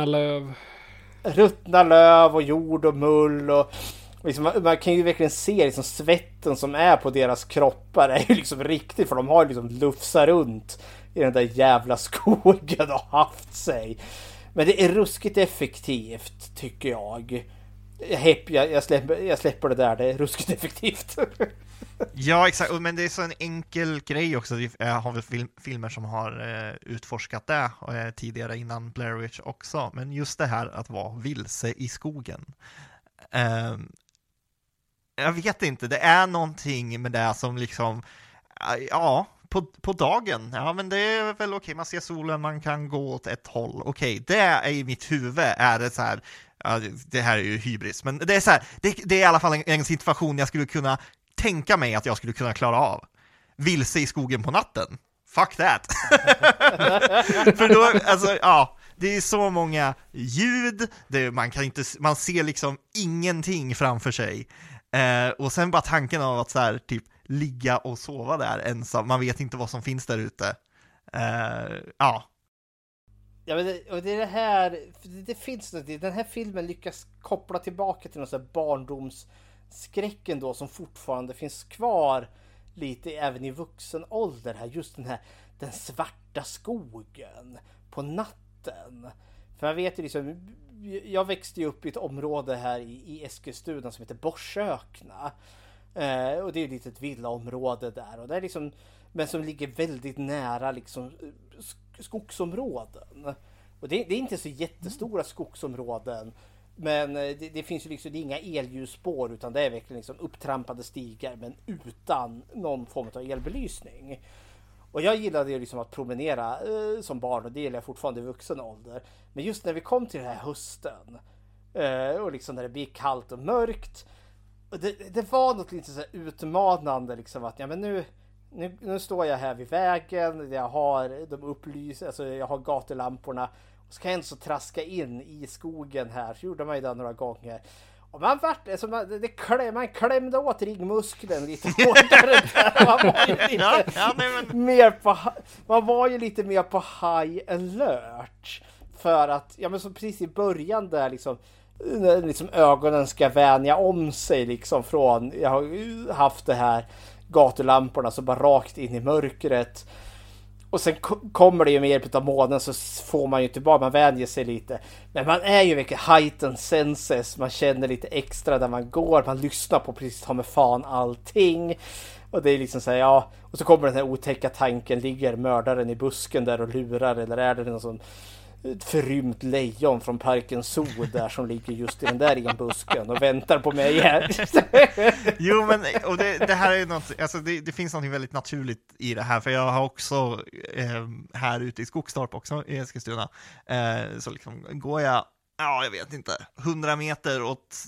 löv och jord och mull och liksom, man kan ju verkligen se liksom svetten som är på deras kroppar är ju liksom riktigt, för de har ju liksom lufsat runt i den där jävla skogen och haft sig. Men det är ruskigt effektivt tycker jag. Jag släpper det där, det är ruskigt effektivt. Ja, exakt, men det är så en enkel grej också. Jag har väl filmer som har utforskat det tidigare innan Blair Witch också. Men just det här att vara vilse i skogen. Jag vet inte, det är någonting med det som liksom, ja, på dagen, ja men det är väl okej, man ser solen, man kan gå åt ett håll, okej, det är i mitt huvud är det så här, ja, det här är ju hybris, men det är så här, det är i alla fall en situation jag skulle kunna tänka mig att jag skulle kunna klara av. Vilse i skogen på natten, fuck that. För då, alltså, ja, det är så många ljud, man ser liksom ingenting framför sig. Och sen bara tanken av att så här, typ ligga och sova där ensam, man vet inte vad som finns där ute. Ja. Ja, men det är det här, det finns något, den här filmen lyckas koppla tillbaka till någon sån här barndomsskräcken då som fortfarande finns kvar lite även i vuxen ålder här, just den svarta skogen på natten. För jag vet ju liksom, jag växte ju upp i ett område här i Eskilstuna som heter Borsökna. Och det är ju ett litet villaområde där. Och det är liksom, men som ligger väldigt nära liksom skogsområden. Och det är inte så jättestora skogsområden. Men det finns ju liksom, det är inga elljusspår, utan det är verkligen liksom upptrampade stigar men utan någon form av elbelysning. Och jag gillade ju liksom att promenera som barn, och det gillar jag fortfarande i vuxen ålder. Men just när vi kom till den här hösten och liksom när det blir kallt och mörkt, och det var något lite så här utmanande liksom, att ja, men nu står jag här vid vägen, jag har jag har gatulamporna, och så kan jag inte så traska in i skogen här. Så gjorde man ju det några gånger. Och man vart alltså, man klämde åt ryggmuskeln lite hårdare där. Man var ju lite mer på high alert, för att ja, men så precis i början där liksom ögonen ska vänja om sig liksom från, jag har haft det här gatulamporna så bara rakt in i mörkret, och sen kommer det ju med hjälp av månen, så får man ju tillbaka, man vänjer sig lite, men man är ju mycket heightened senses, man känner lite extra där man går, man lyssnar på precis ta med fan allting, och det är liksom så här, ja, och så kommer den här otäcka tanken, ligger mördaren i busken där och lurar, eller är det någon sån förrymt lejon från Parken Zoo där som ligger just i den där busken och väntar på mig här. Jo, men och det här är något, alltså det finns något väldigt naturligt i det här, för jag har också här ute i Skogstorp också i Eskilstuna, så liksom går jag, jag vet inte, 100 meter åt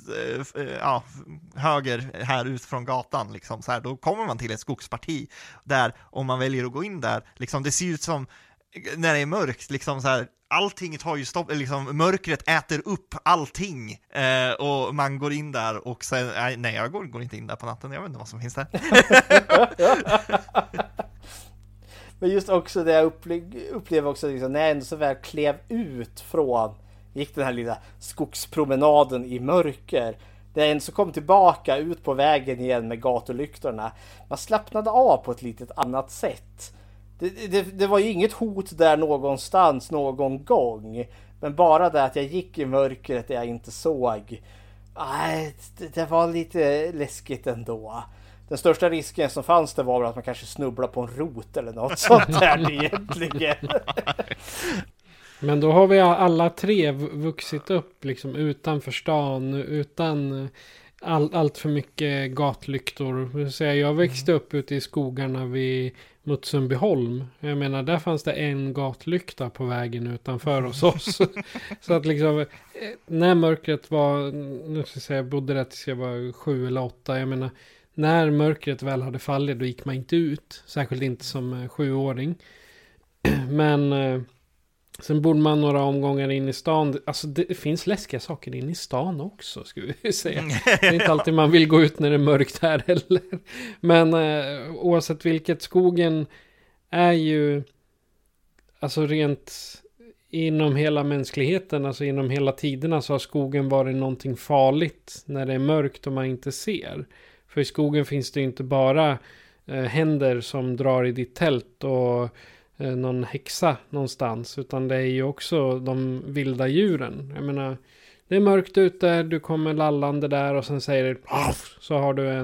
höger här ut från gatan liksom, så här, då kommer man till ett skogsparti där, om man väljer att gå in där liksom, det ser ut som när det är mörkt liksom så här, allting tar ju stopp, liksom mörkret äter upp allting, och man går in där och sen, nej jag går inte in där på natten, jag vet inte vad som finns där. Men just också det jag upplever också liksom, när jag ändå så väl klev ut från, gick den här lilla skogspromenaden i mörker, där jag ändå så kom tillbaka ut på vägen igen med gatulyktorna, man slappnade av på ett litet annat sätt. Det var ju inget hot där någonstans någon gång, men bara det att jag gick i mörkret där jag inte såg, det var lite läskigt ändå. Den största risken som fanns det var att man kanske snubblade på en rot eller något sånt där egentligen. Men då har vi alla tre vuxit upp liksom utanför stan, utan allt för mycket gatlyktor. Så jag växte upp ute i skogarna mot Sundbyholm. Jag menar, där fanns det en gatlykta på vägen utanför hos oss. Så att liksom, när mörkret var, nu ska jag säga, jag bodde där tills jag var 7 eller 8. Jag menar, när mörkret väl hade fallit, då gick man inte ut. Särskilt inte som 7-åring. Men sen borde man några omgångar in i stan. Alltså det finns läskiga saker in i stan också, skulle vi säga. Det är inte alltid man vill gå ut när det är mörkt här heller. Men oavsett vilket, skogen är ju, alltså rent inom hela mänskligheten, alltså inom hela tiderna, så har skogen varit någonting farligt när det är mörkt och man inte ser. För i skogen finns det ju inte bara händer som drar i ditt tält och någon häxa någonstans, utan det är ju också de vilda djuren. Jag menar, det är mörkt ute, du kommer lallande där och sen säger det, så har du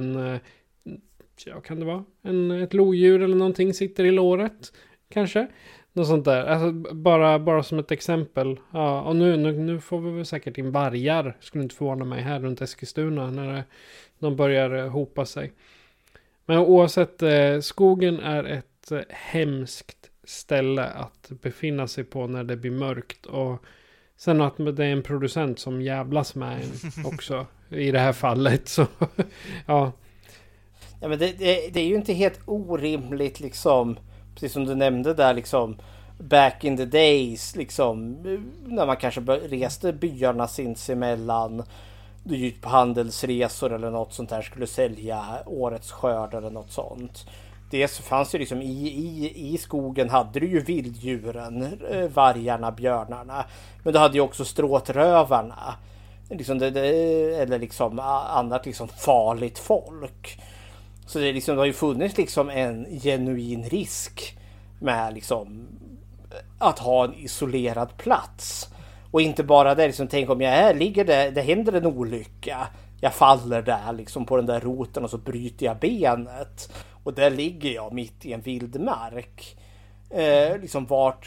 kan det vara ett lodjur eller någonting sitter i låret kanske, något sånt där. Alltså, bara som ett exempel. Ja, och nu får vi väl säkert in vargar, skulle inte förvåna mig, här runt Eskilstuna när de börjar hopa sig. Men oavsett, skogen är ett hemskt ställe att befinna sig på när det blir mörkt, och sen att det är en producent som jävlas med en också i det här fallet, så ja. Ja, men det är ju inte helt orimligt liksom, precis som du nämnde där liksom, back in the days liksom, när man kanske reste byarna sinsemellan, du gick på handelsresor eller något sånt där, skulle sälja årets skörd eller något sånt. Det så fanns ju liksom i skogen hade du ju vilddjuren, vargarna, björnarna, men du hade ju också stråtrövarna liksom eller liksom annat liksom farligt folk. Så det liksom, det har ju funnits liksom en genuin risk med liksom att ha en isolerad plats. Och inte bara det liksom, tänk om jag ligger där, det händer en olycka, jag faller där liksom på den där roten och så bryter jag benet. Och där ligger jag mitt i en vildmark. Liksom vart...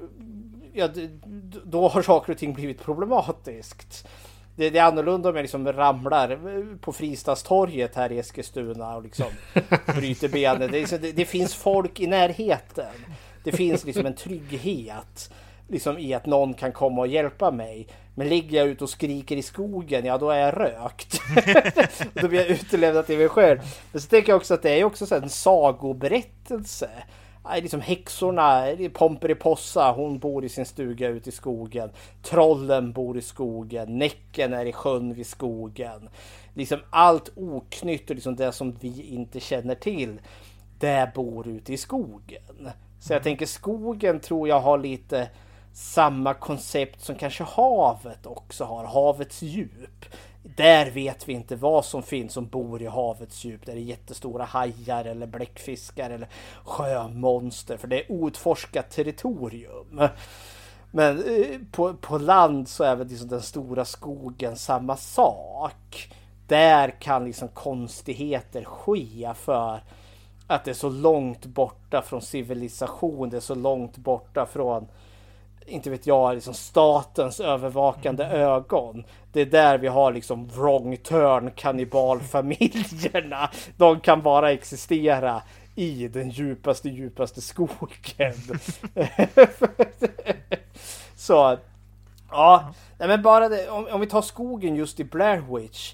då har saker och ting blivit problematiskt. Det är annorlunda om jag liksom ramlar på Fristadstorget här i Eskilstuna och liksom bryter benet. Det finns folk i närheten. Det finns liksom en trygghet liksom i att någon kan komma och hjälpa mig. Men ligger jag ute och skriker i skogen, ja då är jag rökt. Då blir jag utelämnad till mig själv. Men så tänker jag också att det är också en sagoberättelse. Liksom häxorna, Pomperipossa, hon bor i sin stuga ute i skogen. Trollen bor i skogen. Näcken är i sjön vid skogen. Liksom allt oknytt och liksom det som vi inte känner till, det bor ute i skogen. Så jag tänker skogen tror jag har lite samma koncept som kanske havet också har. Havets djup. Där vet vi inte vad som finns som bor i havets djup. Där det är jättestora hajar eller bläckfiskar eller sjömonster. För det är outforskat territorium. Men på land så är väl liksom den stora skogen samma sak. Där kan liksom konstigheter ske för att det är så långt borta från civilisation. Det är så långt borta från, inte vet jag, liksom statens övervakande ögon. Det är där vi har liksom wrong turn kannibalfamiljerna. De kan bara existera i den djupaste skogen. Så ja, nej men bara det, om vi tar skogen just i Blair Witch.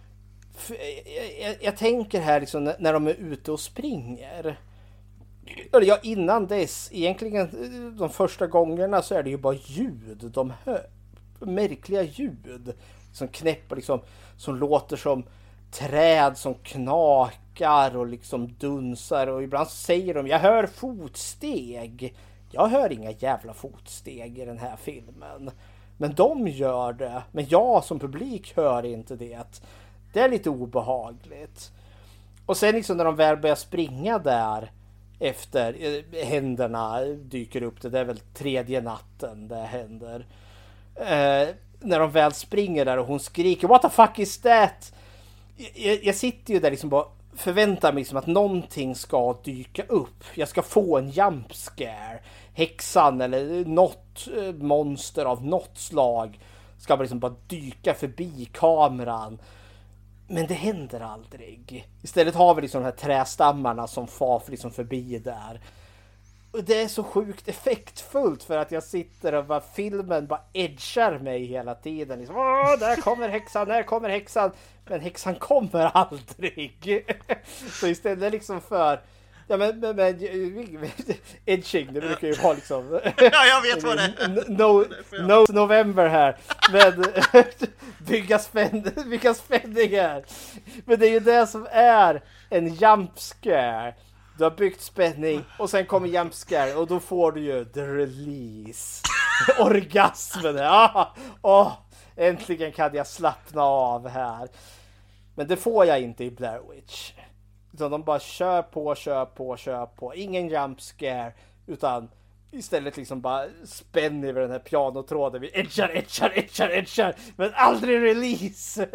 Jag tänker här liksom när de är ute och springer. Ja, innan dess, egentligen de första gångerna så är det ju bara ljud. De hör märkliga ljud som knäpper liksom, som låter som träd som knakar och liksom dunsar. Och ibland säger de, jag hör fotsteg. Jag hör inga jävla fotsteg i den här filmen. Men de gör det. Men jag som publik hör inte det. Det är lite obehagligt. Och sen liksom när de väl börjar springa där efter händerna dyker upp, det är väl tredje natten det händer. När de väl springer där och hon skriker, what the fuck is that? Jag sitter ju där liksom bara förväntar mig liksom att någonting ska dyka upp. Jag ska få en jump scare. Häxan eller något monster av något slag ska liksom bara dyka förbi kameran. Men det händer aldrig. Istället har vi liksom de här trästammarna som far liksom förbi där. Och det är så sjukt effektfullt för att jag sitter och bara, filmen bara edgar mig hela tiden. Liksom, där kommer häxan. Men häxan kommer aldrig. Så istället liksom för... Ja men edging, det brukar ju vara liksom... Ja, jag vet vad det är. No November här. Men bygga spänning här. Men det är ju det som är en jump scare. Du har byggt spänning och sen kommer jump scare och då får du ju the release. Orgasmen. Äntligen kan jag slappna av här. Men det får jag inte i Blair Witch. Utan de bara kör på. Ingen jump scare. Utan istället liksom bara spänner över den här pianotråden. Vi edgar. Men aldrig release.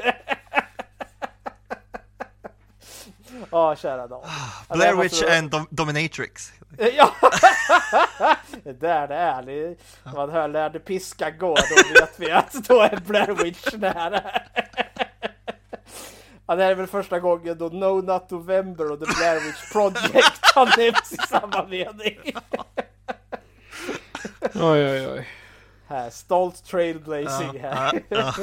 Kära dag. Blair Witch and Dominatrix. Ja. Det är. Man hör lärde piska gå. Då vet vi att då är Blair Witch nära. Ja, det här är väl första gången då No Not November och The Blair Witch Project har nämnts i samma mening. Oj. Här, stolt trailblazing här.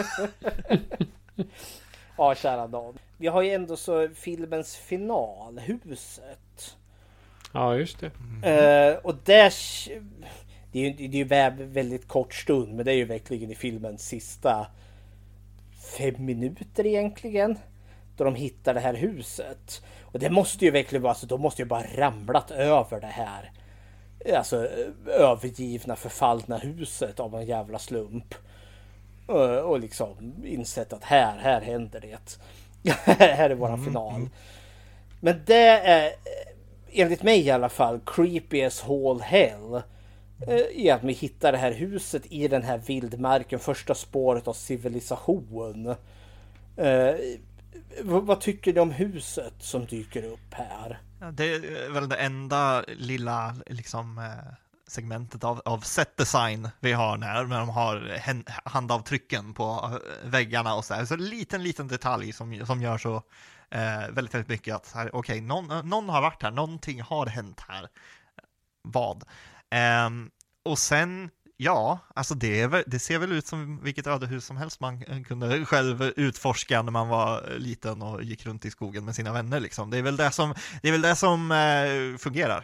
Ja, kära Dan. Vi har ju ändå så filmens final, huset. Ja, just det. Och där... Det är ju väldigt kort stund, men det är ju verkligen i filmens sista 5 minuter egentligen. Då de hittar det här huset. Och det måste ju verkligen vara, alltså de måste ju bara ramlat över det här. Alltså övergivna, förfallna huset av en jävla slump. Och liksom insett att här händer det. Här är våran final. Men det är, enligt mig i alla fall, creepy as whole hell. I att vi hittar det här huset i den här vildmarken. Första spåret av civilisation. vad tycker ni om huset som dyker upp här? Ja, det är väl det enda lilla liksom segmentet av set design vi har när de har handavtrycken på väggarna och så här. Så en liten detalj som gör så väldigt, väldigt mycket att okej, någon har varit här, någonting har hänt här. Vad? Och sen, ja, alltså det ser väl ut som vilket ödehus som helst man kunde själv utforska när man var liten och gick runt i skogen med sina vänner liksom. Det är väl det som fungerar.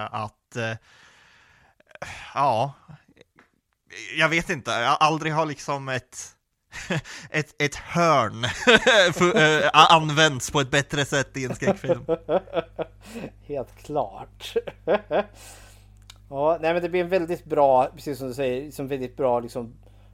Ja, jag vet inte. Jag aldrig har liksom ett hörn används på ett bättre sätt i en skräckfilm. Helt klart. Ja, nej, men det blir en väldigt bra, precis som du säger, liksom väldigt bra liksom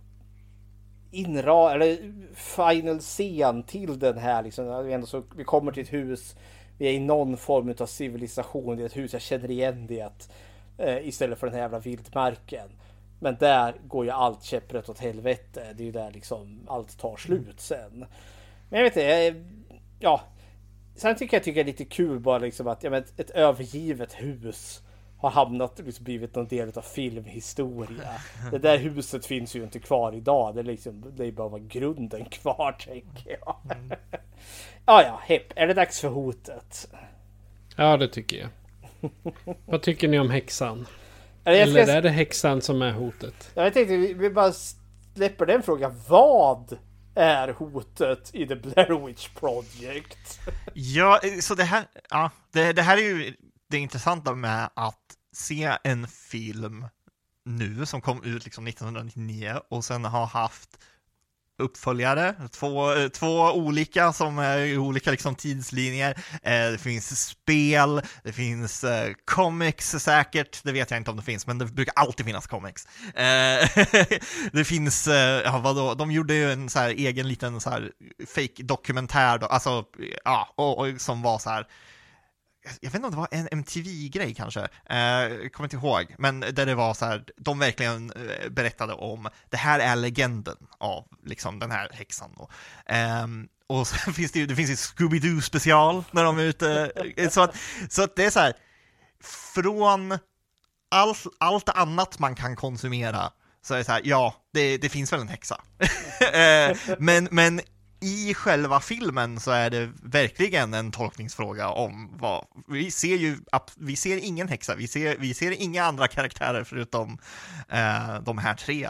final scen till den här liksom. Vi kommer till ett hus, vi är i någon form av civilisation, det är ett hus jag känner igen det istället för den här jävla vildmarken. Men där går ju allt käpprätt åt helvete. Det är ju där liksom allt tar slut sen. Men jag vet inte, ja. Sen tycker jag det är lite kul bara liksom att ett övergivet hus har hamnat liksom blivit någon del av filmhistoria. Det där huset finns ju inte kvar idag. Det är bara var grunden kvar, tänker jag. Ja, hepp. Är det dags för hotet? Ja, det tycker jag. Vad tycker ni om häxan? Eller är det häxan som är hotet? Jag tänkte vi bara släpper den frågan. Vad är hotet i The Blair Witch Project? Ja, så det här är ju det intressanta med att se en film nu som kom ut liksom 1999 och sen har haft uppföljare, två olika som är i olika liksom tidslinjer. Det finns spel, det finns comics säkert, det vet jag inte om det finns, men det brukar alltid finnas comics. Det finns, de gjorde ju en så här egen liten så här fake dokumentär då, alltså, ja, och som var så här. Jag vet inte om det var en MTV-grej kanske, jag kommer inte ihåg, men där det var så här, de verkligen berättade om det här är legenden av liksom den här häxan då. Och så finns det finns ju Scooby-Doo special när de är ute, så att det är så här, från allt annat man kan konsumera så är det så här, ja, det finns väl en häxa. men i själva filmen så är det verkligen en tolkningsfråga om vad vi ser ingen häxa, vi ser inga andra karaktärer förutom de här tre.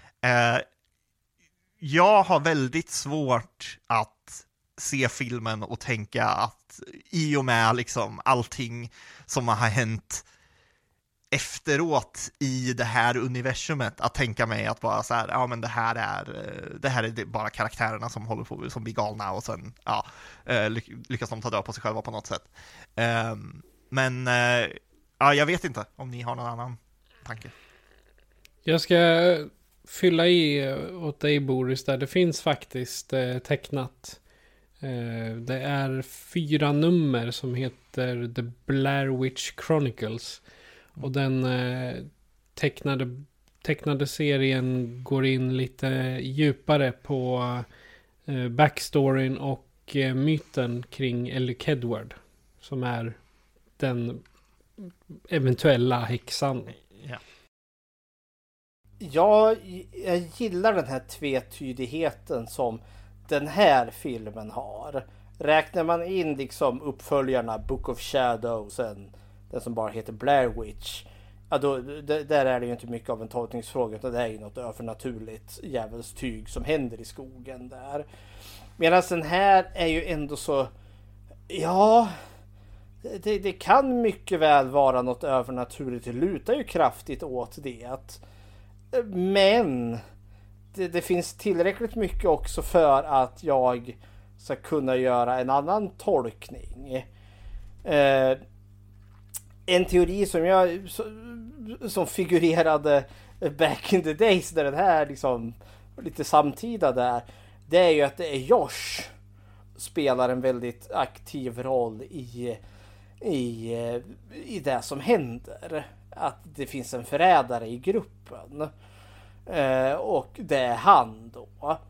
Jag har väldigt svårt att se filmen och tänka att i och med liksom allting som har hänt efteråt i det här universumet, att tänka mig att bara så här, ja men det här är bara karaktärerna som håller på som blir galna och sen lyckas de ta död på sig själva på något sätt. Men jag vet inte om ni har någon annan tanke. Jag ska fylla i åt dig, Boris, där det finns faktiskt tecknat. Det är 4 nummer som heter The Blair Witch Chronicles. Och den tecknade serien går in lite djupare på backstoryn och myten kring Ellie Kedward, som är den eventuella häxan. Ja. Jag gillar den här tvetydigheten som den här filmen har. Räknar man in liksom uppföljarna Book of Shadows, den som bara heter Blair Witch, ja då, där är det ju inte mycket av en tolkningsfråga, utan det är ju något övernaturligt djävulstyg som händer i skogen där. Medan den här är ju ändå så, ja, det kan mycket väl vara något övernaturligt, det lutar ju kraftigt åt det. Men det finns tillräckligt mycket också för att jag ska kunna göra en annan tolkning. En teori som figurerade back in the days där den här liksom lite samtida där, det är ju att det är Josh spelar en väldigt aktiv roll i det som händer. Att det finns en förrädare i gruppen. Och det är han då.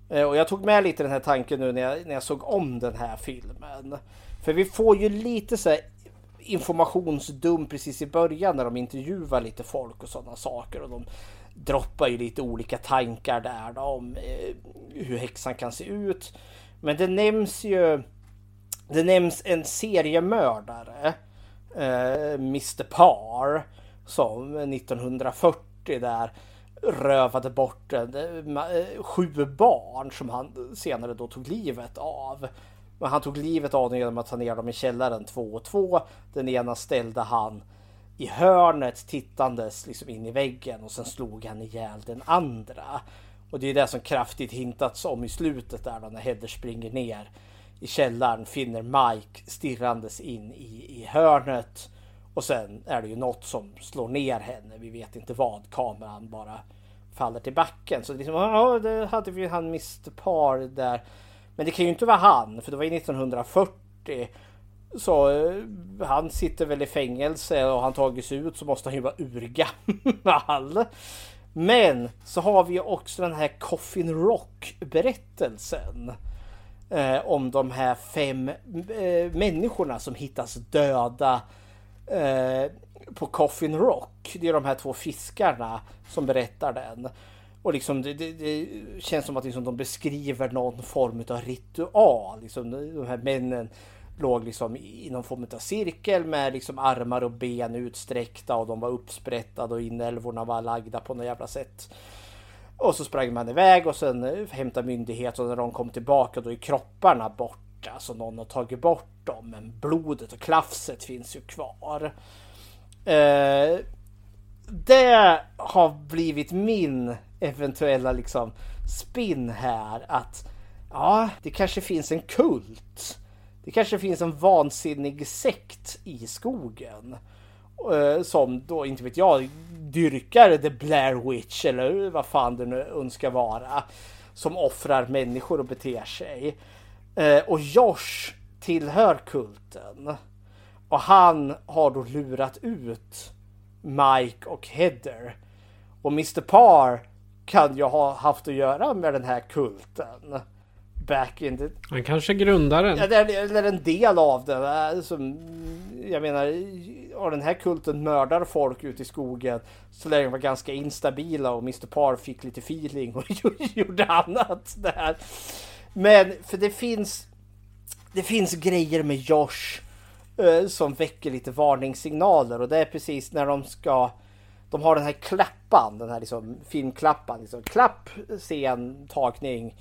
Och jag tog med lite den här tanken nu när jag såg om den här filmen. För vi får ju lite så här informationsdum precis i början när de intervjuar lite folk och sådana saker. Och de droppar ju lite olika tankar där då, om hur häxan kan se ut. Men det nämns en seriemördare, Mr. Parr, som 1940 där rövade bort 7 barn som han senare då tog livet av. Men han tog livet av dem genom att ta ner dem i källaren 2 och 2. Den ena ställde han i hörnet tittandes liksom in i väggen och sen slog han ihjäl den andra. Och det är det som kraftigt hintats om i slutet där då, när Heather springer ner i källaren, finner Mike stirrandes in i hörnet. Och sen är det ju något som slår ner henne. Vi vet inte vad. Kameran bara faller till backen. Så liksom, ja, det hade vi han Mr. Parr där. Men det kan ju inte vara han. För det var ju 1940. Så han sitter väl i fängelse. Och han tagits ut så måste han ju vara urgammal. Men så har vi ju också den här Coffin Rock-berättelsen. Om de här 5 människorna som hittas döda på Coffin Rock. Det är de här 2 fiskarna som berättar den. Och liksom det känns som att liksom de beskriver någon form av ritual. Liksom de här männen låg liksom i någon form av cirkel med liksom armar och ben utsträckta och de var uppsprättade och inälvorna var lagda på något jävla sätt. Och så sprang man iväg och sen hämtade myndigheter och när de kom tillbaka då är kropparna borta. Så någon har tagit bort dem men blodet och klafset finns ju kvar. Det har blivit min eventuella liksom spin här att ja, det kanske finns en kult. Det kanske finns en vansinnig sekt i skogen som då, inte vet jag, dyrkar The Blair Witch eller vad fan det nu önskar vara, som offrar människor och beter sig. Och Josh tillhör kulten. Och han har då lurat ut Mike och Heather. Och Mr. Parr kan ju ha haft att göra med den här kulten. Back in the... Han kanske grundar den. Ja, eller en del av den. Som, jag menar, och den här kulten mördar folk ute i skogen så länge de var ganska instabila och Mr. Parr fick lite feeling och gjorde annat där. Men för det finns grejer med Josh som väcker lite varningssignaler och det är precis när de har den här klappan, den här liksom filmklappan, liksom klapp, scen, tagning.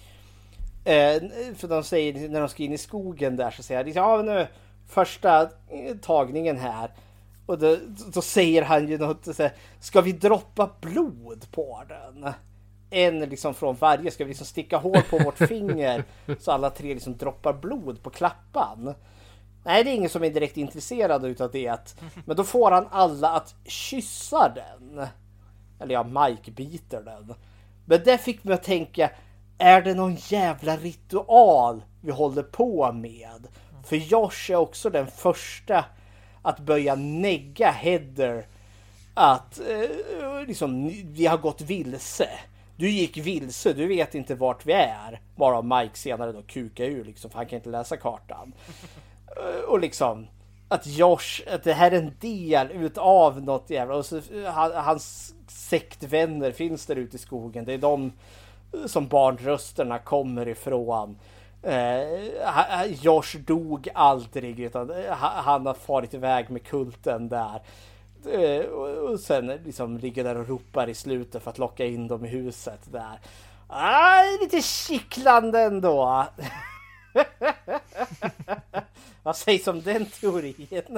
För de säger när de ska in i skogen där så säger de, ja nu första tagningen här och då säger han ju något så här, ska vi droppa blod på den? En liksom från varje, ska vi liksom sticka hål på vårt finger så alla 3 liksom droppar blod på klappan. Nej, det är ingen som är direkt intresserad utav det. Men då får han alla att kyssa den. Eller ja, Mike biter den. Men det fick mig att tänka, är det någon jävla ritual vi håller på med? För Josh är också den första att börja negga Heather att liksom, vi har gått vilse. Du gick vilse, du vet inte vart vi är. Bara Mike senare då kukar ur liksom, för han kan inte läsa kartan. Och liksom att Josh, att det här är en del utav något jävla, och så, hans sektvänner finns där ute i skogen. Det är de som barnrösterna kommer ifrån. Josh dog aldrig utan han har farit iväg med kulten där. Och sen liksom ligger där och ropar i slutet för att locka in dem i huset där. Lite kittlande ändå. Vad sägs om den teorin?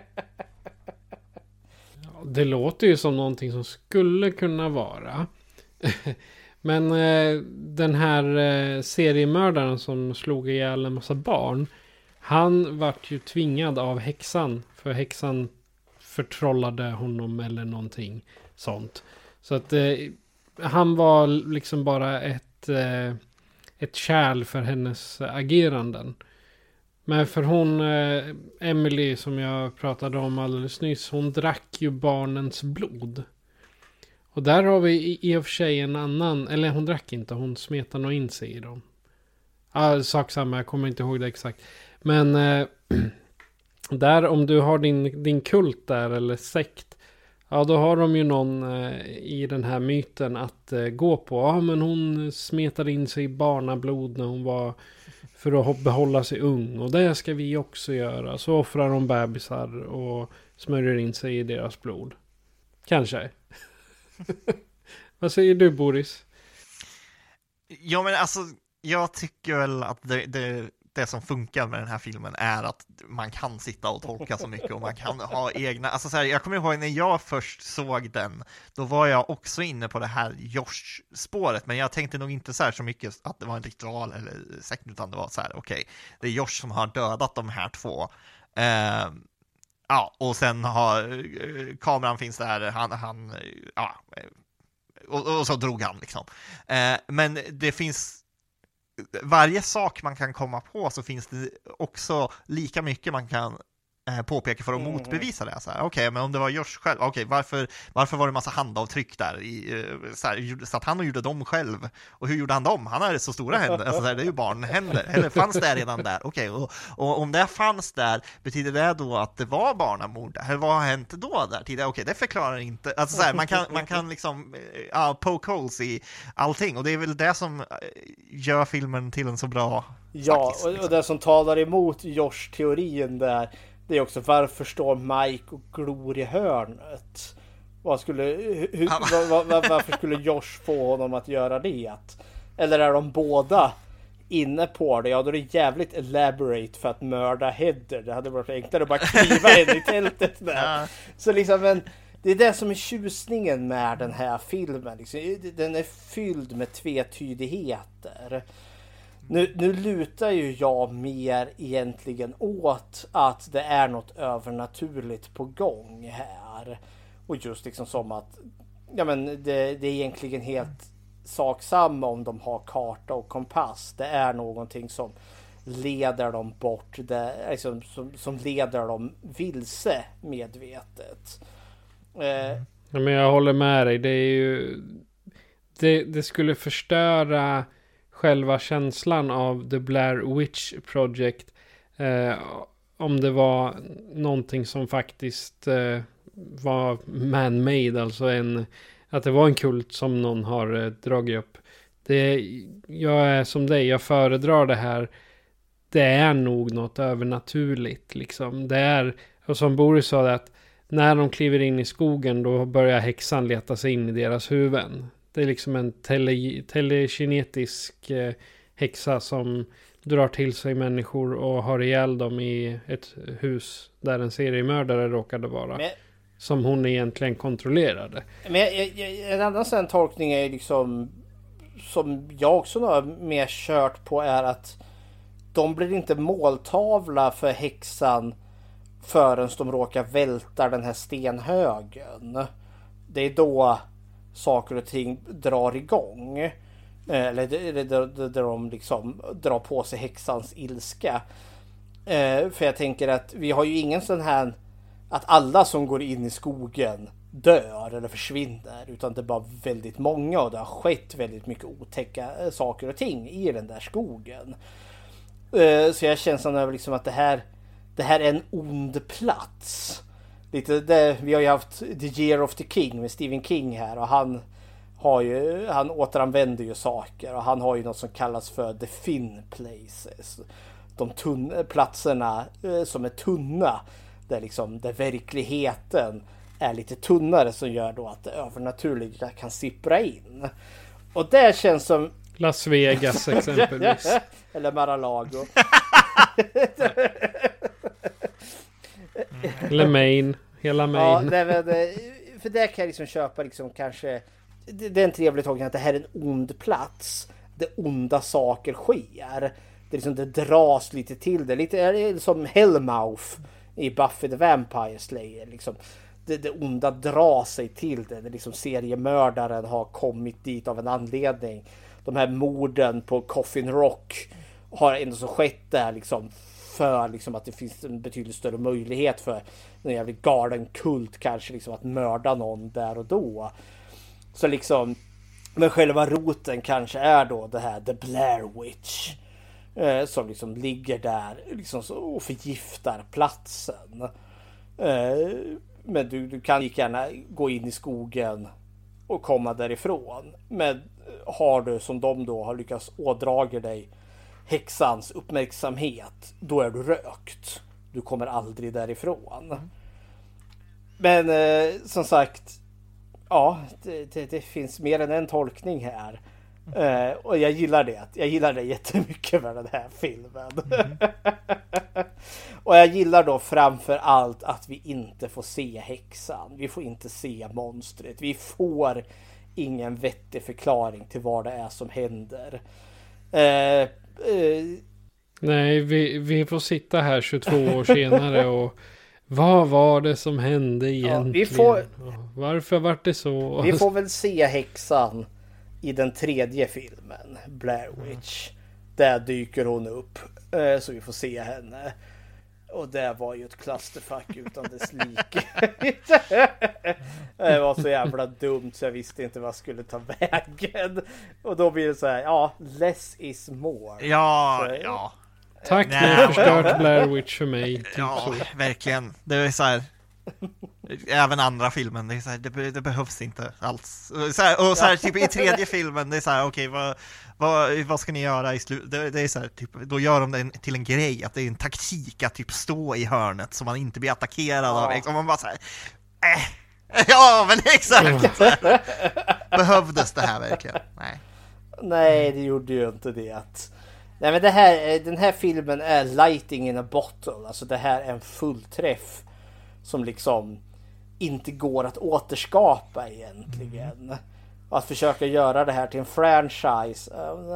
Det låter ju som någonting som skulle kunna vara. Men den här seriemördaren som slog ihjäl en massa barn, han vart ju tvingad av häxan, för häxan förtrollade honom eller någonting sånt. Så att han var liksom bara ett kärl för hennes ageranden. Men för hon, Emily som jag pratade om alldeles nyss, hon drack ju barnens blod. Och där har vi i och för sig en annan, eller hon drack inte, hon smetade nog in sig i dem. Ja, sak samma, jag kommer inte ihåg det exakt. Men där om du har din kult där eller sekt, ja då har de ju någon i den här myten att gå på. Ja men hon smetade in sig i barnablod när hon var, för att behålla sig ung. Och det ska vi också göra. Så offrar de bebisar och smörjer in sig i deras blod. Kanske. Vad säger du, Boris? Ja, men alltså, jag tycker väl att det som funkar med den här filmen är att man kan sitta och tolka så mycket och man kan ha egna, alltså så här, jag kommer ihåg när jag först såg den, då var jag också inne på det här Josh-spåret, men jag tänkte nog inte så här så mycket att det var en ritual eller sekt, utan det var så här, okej, det är Josh som har dödat de här två. Ja, och sen har kameran finns där, han ja, och så drog han liksom. Men det finns varje sak man kan komma på, så finns det också lika mycket man kan påpeka för att motbevisa det. Okej, men om det var Josh själv, varför var det massa handavtryck där så att han gjorde dem själv, och hur gjorde han dem? Han hade så stora händer, alltså, det är ju barnhänder, eller fanns det redan där? Okej, och om det fanns där, betyder det då att det var barnamord? Eller vad har hänt då där tidigare? Okej, det förklarar inte, alltså så här, man kan liksom poke holes i allting, och det är väl det som gör filmen till en så bra. Ja, faktiskt, liksom. Och det som talar emot Josh-teorin där, det är också varför står Mike och glor i hörnet? Varför skulle Josh få honom att göra det? Eller är de båda inne på det? Ja, då är det jävligt elaborate för att mörda Heather. Det hade varit enklare att bara kliva in i tältet där. Ja. Så liksom, men det är det som är tjusningen med den här filmen. Liksom. Den är fylld med tvetydigheter. Nu lutar ju jag mer egentligen åt att det är något övernaturligt på gång här. Och just liksom som att ja, men det är egentligen helt saksamma om de har karta och kompass. Det är någonting som leder dem bort, liksom, som leder dem vilse medvetet. Ja, men jag håller med dig. Det är ju det skulle förstöra själva känslan av The Blair Witch Project om det var någonting som faktiskt var man-made, alltså att det var en kult som någon har dragit upp. Jag är som dig, jag föredrar det här. Det är nog något övernaturligt liksom. Det är, och som Boris sa, att när de kliver in i skogen, då börjar häxan leta sig in i deras huvuden. Det är liksom en telekinetisk häxa som drar till sig människor och har ihjäl dem i ett hus där en seriemördare råkade vara. Som hon egentligen kontrollerade. Men en annan sån tolkning är liksom, som jag också har mer kört på, är att de blir inte måltavla för häxan förrän de råkar välta den här stenhögen. Det är då saker och ting drar igång. Eller där de liksom drar på sig häxans ilska. För jag tänker att vi har ju ingen sån här att alla som går in i skogen dör eller försvinner, utan det är bara väldigt många, och det har skett väldigt mycket otäcka saker och ting i den där skogen. Så jag känner som liksom att det här är en ond plats. Lite det, vi har ju haft The Year of the King med Stephen King här, och han återanvänder ju saker, och han har ju något som kallas för the thin places. De platserna som är tunna, där verkligheten är lite tunnare, som gör då att det övernaturliga kan sippra in. Och det känns som Las Vegas exempelvis. Eller Mar-a-Lago. Eller Maine. Hela Maine. Ja, för det kan jag liksom köpa liksom, kanske det är en trevlig tolkning att det här är en ond plats. Det onda saker sker. Det dras lite till det. Lite är det som Hellmouth i Buffy the Vampire Slayer. Liksom. Det onda drar sig till det. Det liksom seriemördaren har kommit dit av en anledning. De här morden på Coffin Rock har ändå så skett där liksom, för liksom, att det finns en betydligt större möjlighet för en jävligt galen kult kanske liksom, att mörda någon där och då. Så liksom, men själva roten kanske är då det här The Blair Witch. Som liksom ligger där liksom och förgiftar platsen. Men du kan lika gärna gå in i skogen och komma därifrån. Men har du som de då har lyckats ådraga dig häxans uppmärksamhet, då är du rökt. Du kommer aldrig därifrån. Men som sagt, ja, det finns mer än en tolkning här. Och jag gillar det. Jag gillar det jättemycket med den här filmen. Och jag gillar då framför allt att vi inte får se häxan. Vi får inte se monstret. Vi får ingen vettig förklaring till vad det är som händer. Nej, vi får sitta här 22 år senare och vad var det som hände egentligen? Varför var det så? Vi får väl se häxan i den 3:e filmen, Blair Witch. Där dyker hon upp, så vi får se henne. Och det var ju ett clusterfuck utan dess like. Det var så jävla dumt så jag visste inte vad jag skulle ta vägen. Och då blir det så här, ja, less is more. Ja. Tack, ni har förstört Blair Witch för mig. Typ ja, så. Verkligen. Det är så här. Även andra filmen, det är så här, det behövs inte alls. Så här, typ i 3:e filmen, det är så här, okej, vad ska ni göra i slutet? Det är så här, typ, då gör de det till en grej, att det är en taktik att typ stå i hörnet så man inte blir attackerad av liksom, man bara så här, ja, men exakt. Behövdes det här verkligen? Nej, det gjorde ju inte det. Nej, men den här filmen är lighting in a bottle. Alltså det här är en fullträff som liksom inte går att återskapa egentligen. Att försöka göra det här till en franchise.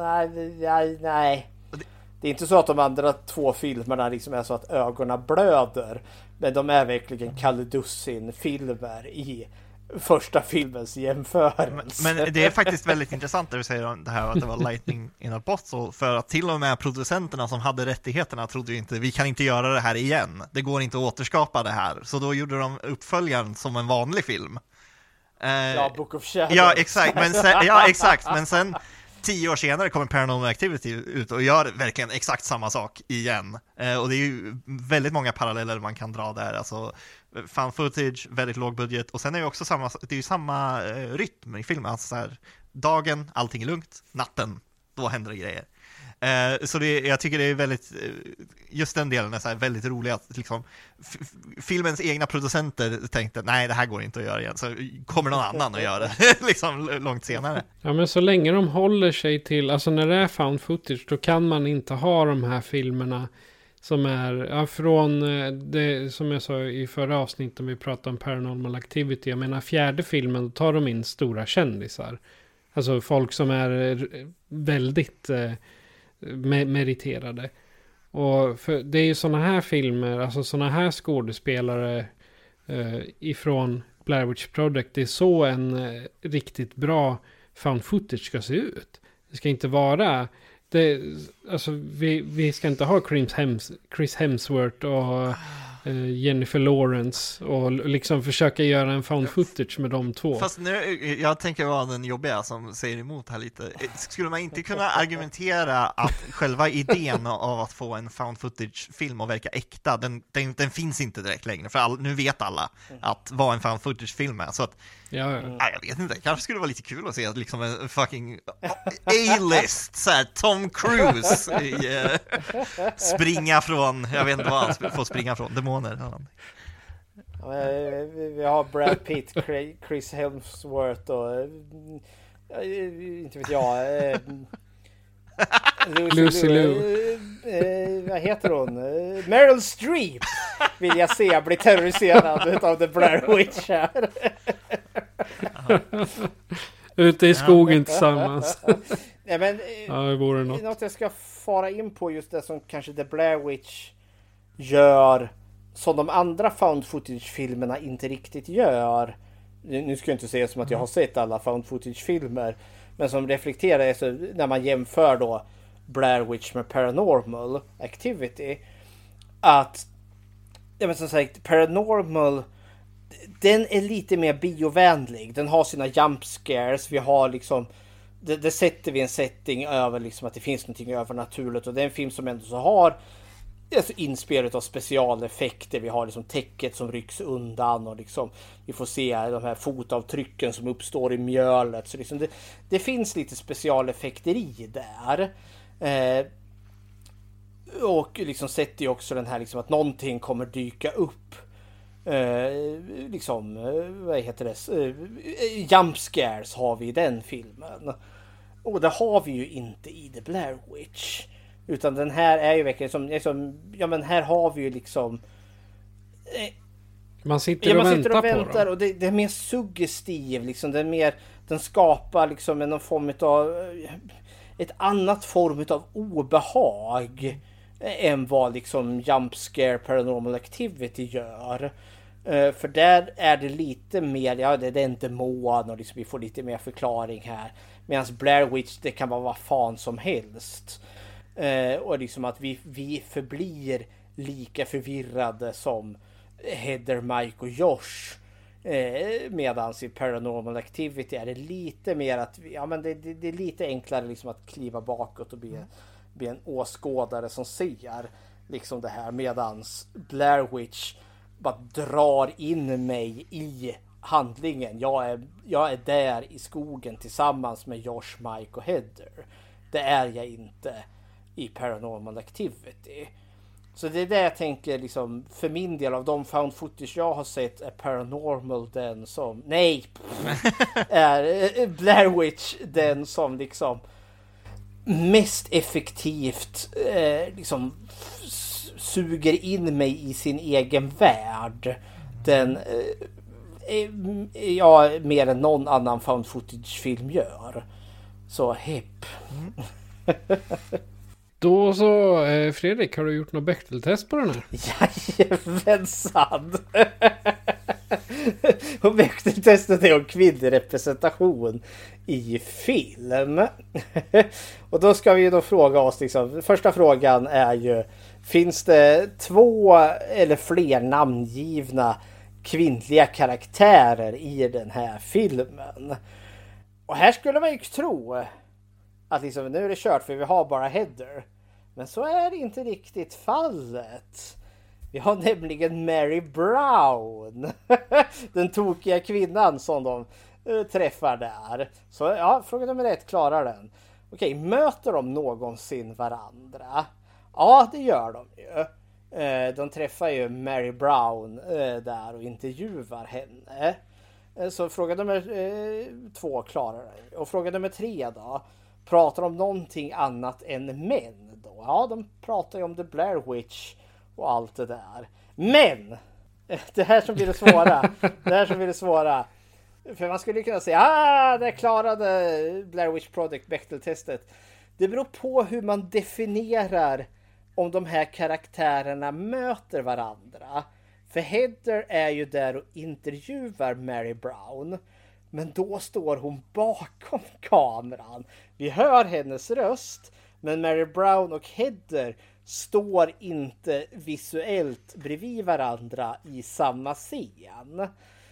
Nej. Det är inte så att de andra 2 filmerna liksom är så att ögonen blöder. Men de är verkligen kalledussin-filmer i första filmens jämförelse. Men det är faktiskt väldigt intressant när du säger det här att det var lightning in a bottle, för att till och med producenterna som hade rättigheterna trodde ju inte, vi kan inte göra det här igen. Det går inte att återskapa det här. Så då gjorde de uppföljaren som en vanlig film. Book of Shadows. Ja, exakt. Men sen 10 år senare kommer Paranormal Activity ut och gör verkligen exakt samma sak igen. Och det är ju väldigt många paralleller man kan dra där. Alltså fan footage, väldigt låg budget. Och sen är det också samma rytm i filmen. Alltså så här, dagen, allting är lugnt. Natten, då händer det grejer. Så jag tycker det är väldigt, just den delen är så här väldigt rolig att liksom, filmens egna producenter tänkte, nej, det här går inte att göra igen, så kommer någon annan att göra det liksom långt senare. Ja, men så länge de håller sig till, alltså när det är found footage, då kan man inte ha de här filmerna som är från det som jag sa i förra avsnittet om vi pratade om Paranormal Activity. Jag menar 4:e filmen, då tar de in stora kändisar. Alltså folk som är väldigt meriterade. Och för det är ju såna här filmer, alltså såna här skådespelare ifrån Blair Witch Project, det är så en riktigt bra found footage ska se ut. Det ska inte vara alltså vi ska inte ha Chris Hemsworth och Jennifer Lawrence och liksom försöka göra en found footage med de två. Fast nu, jag tänker vara den jobbiga som säger emot här lite. Skulle man inte kunna argumentera att själva idén av att få en found footage-film och verka äkta, den finns inte direkt längre, för nu vet alla att vad en found footage-film är. Så att, jag vet inte, kanske skulle vara lite kul att se liksom en fucking A-list, så här, Tom Cruise springa från, jag vet inte vad han får springa från, demoner. Vi har Brad Pitt, Chris Hemsworth och inte vet jag, Lucy Liu. Vad heter hon? Meryl Streep vill jag se bli terroriserad av The Blair Witch här. Ute i skogen tillsammans. Nej, men det vore något jag ska fara in på, just det som kanske The Blair Witch gör som de andra found footage-filmerna inte riktigt gör. Nu ska jag inte säga som att jag har sett alla found footage-filmer, men som reflekterar så när man jämför då Blair Witch med Paranormal Activity, att som sagt, Paranormal, den är lite mer biovänlig. Den har sina jump scares. Vi har liksom, det sätter vi en setting över liksom att det finns någonting övernaturligt. Och det är en film som ändå så har alltså inspelet av specialeffekter. Vi har liksom täcket som rycks undan och liksom vi får se de här fotavtrycken som uppstår i mjölet. Så liksom det finns lite specialeffekter i där. Och liksom sätter ju också den här liksom att någonting kommer dyka upp. Liksom vad heter det? Jump scares har vi i den filmen. Och det har vi ju inte i The Blair Witch. Utan den här är ju verkligen som ja men här har vi ju liksom man sitter och väntar och det är mer suggestiv liksom, det är mer, den skapar liksom någon form av ett annat form av obehag än vad liksom Jump Scare Paranormal Activity gör. För där är det lite mer, ja det är en demon och liksom vi får lite mer förklaring här. Medan Blair Witch, det kan vara vad fan som helst. Och liksom att vi förblir lika förvirrade som Heather, Mike och Josh. Medan i Paranormal Activity är det lite mer att ja, men det är lite enklare liksom att kliva bakåt och bli en åskådare som ser liksom det här, medans Blair Witch bara drar in mig i handlingen. Jag är där i skogen tillsammans med Josh, Mike och Heather. Det är jag inte i Paranormal Activity. Så det är det jag tänker liksom, för min del av de found footage jag har sett är Paranormal den som är Blair Witch den som liksom mest effektivt liksom suger in mig i sin egen värld. Den mer än någon annan found footage film gör. Så hipp. Då så, Fredrik, har du gjort något Bechdel-test på den här? Jajamensan! Och Bechdel-testet är om kvinnorepresentation i film. Och då ska vi då fråga oss liksom, första frågan är ju, finns det 2 eller fler namngivna kvinnliga karaktärer i den här filmen? Och här skulle man ju tro att liksom, nu är det kört för vi har bara Heather. Men så är det inte riktigt fallet. Vi har nämligen Mary Brown. Den tokiga kvinnan som de träffar där. Så ja, fråga nummer 1, klarar den. Okej, möter de någonsin varandra? Ja, det gör de ju. De träffar ju Mary Brown där och intervjuar henne. Så fråga nummer 2 klarar den. Och fråga nummer 3 då. Pratar om någonting annat än män då? Ja, de pratar ju om The Blair Witch och allt det där. Men! Det här som blir det svåra. För man skulle kunna säga det klarade Blair Witch Project Bechdel-testet. Det beror på hur man definierar om de här karaktärerna möter varandra. För Heather är ju där och intervjuar Mary Brown. Men då står hon bakom kameran. Vi hör hennes röst. Men Mary Brown och Heather står inte visuellt bredvid varandra i samma scen.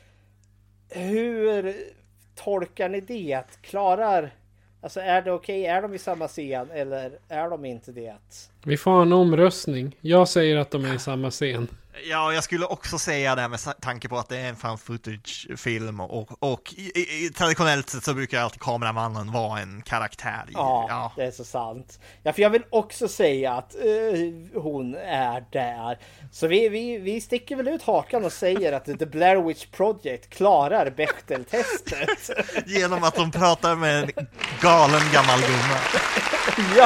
Hur tolkar ni det? Alltså är det okej? Är de i samma scen eller är de inte det? Vi får en omröstning. Jag säger att de är i samma scen. Ja, jag skulle också säga det med tanke på att det är en fan footage-film och traditionellt sett så brukar alltid kameramannen vara en karaktär. Ja, det är så sant. Ja, för jag vill också säga att hon är där. Så vi sticker väl ut hakan och säger att The Blair Witch Project klarar Bechdel-testet. Genom att de pratar med en galen gammal gumma. Ja!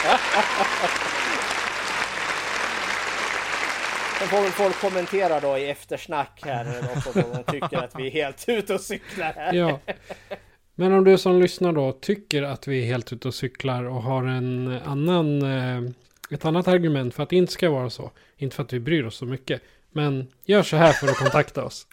Sen får väl folk kommentera då i eftersnack här också, om de tycker att vi är helt ute och cyklar här. Ja. Men om du som lyssnar då tycker att vi är helt ute och cyklar och har ett annat argument för att det inte ska vara så. Inte för att vi bryr oss så mycket. Men gör så här för att kontakta oss.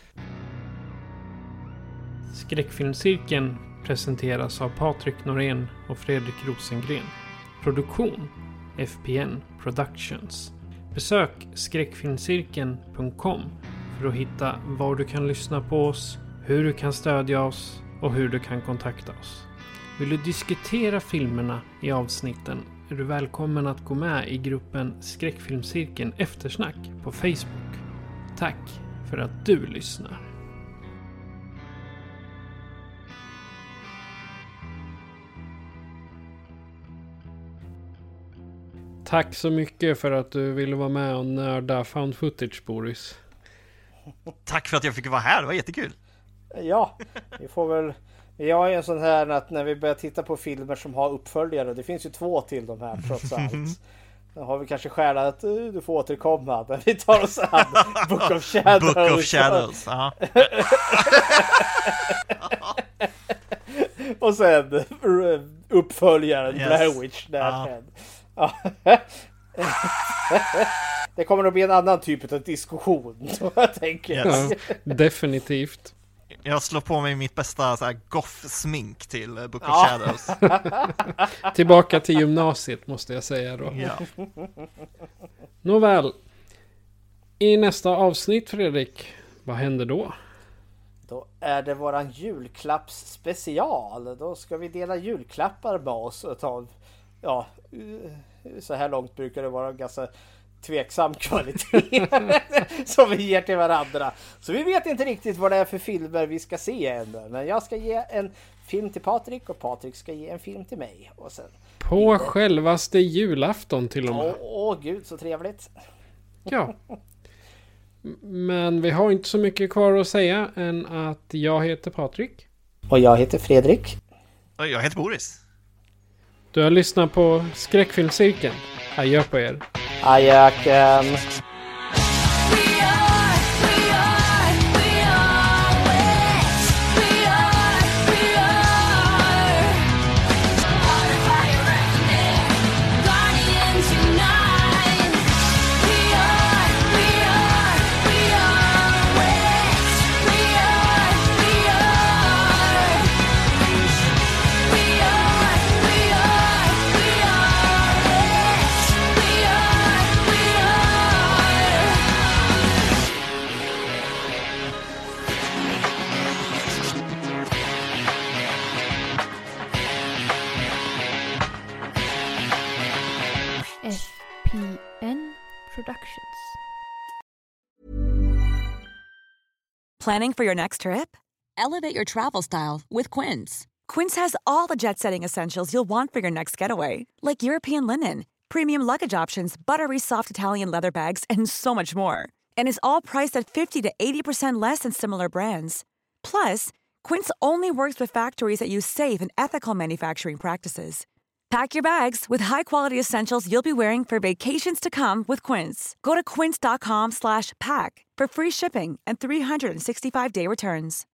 Skräckfilmscirkeln presenteras av Patrik Norén och Fredrik Rosengren. Produktion FPN Productions. Besök skräckfilmscirkeln.com för att hitta var du kan lyssna på oss, hur du kan stödja oss och hur du kan kontakta oss. Vill du diskutera filmerna i avsnitten är du välkommen att gå med i gruppen Skräckfilmscirkeln Eftersnack på Facebook. Tack för att du lyssnar. Tack så mycket för att du ville vara med och nörda found footage, Boris. Tack för att jag fick vara här, det var jättekul. Ja, vi får väl... Jag är en sån här att när vi börjar titta på filmer som har uppföljare, det finns ju 2 till de här trots allt. Då har vi kanske skäl att du får återkomma när vi tar oss an Book of Shadows. Book of Shadows, ja. Och sen uppföljaren Blair Witch därmed. Ja. Det kommer att bli en annan typ av diskussion, jag tänker. Ja, definitivt. Jag slår på mig mitt bästa så här goth-smink till Book of Shadows. Tillbaka till gymnasiet måste jag säga då. Ja. Nåväl. I nästa avsnitt, Fredrik, vad händer då? Då är det våran julklappsspecial. Då ska vi dela julklappar med oss och ta, ja, så här långt brukar det vara ganska tveksam kvalitet som vi ger till varandra. Så vi vet inte riktigt vad det är för filmer vi ska se ännu. Men jag ska ge en film till Patrik och Patrik ska ge en film till mig. Och sen på självaste julafton till och med. Åh gud, så trevligt. Ja. Men vi har inte så mycket kvar att säga än att jag heter Patrik. Och jag heter Fredrik. Och jag heter Boris. Du har lyssnat på Skräckfilmscirkeln. Adjö på er. Ajöken. FPN Productions. Planning for your next trip? Elevate your travel style with Quince. Quince has all the jet-setting essentials you'll want for your next getaway, like European linen, premium luggage options, buttery soft Italian leather bags, and so much more. And is all priced at 50 to 80% less than similar brands. Plus, Quince only works with factories that use safe and ethical manufacturing practices. Pack your bags with high-quality essentials you'll be wearing for vacations to come with Quince. Go to quince.com/pack for free shipping and 365-day returns.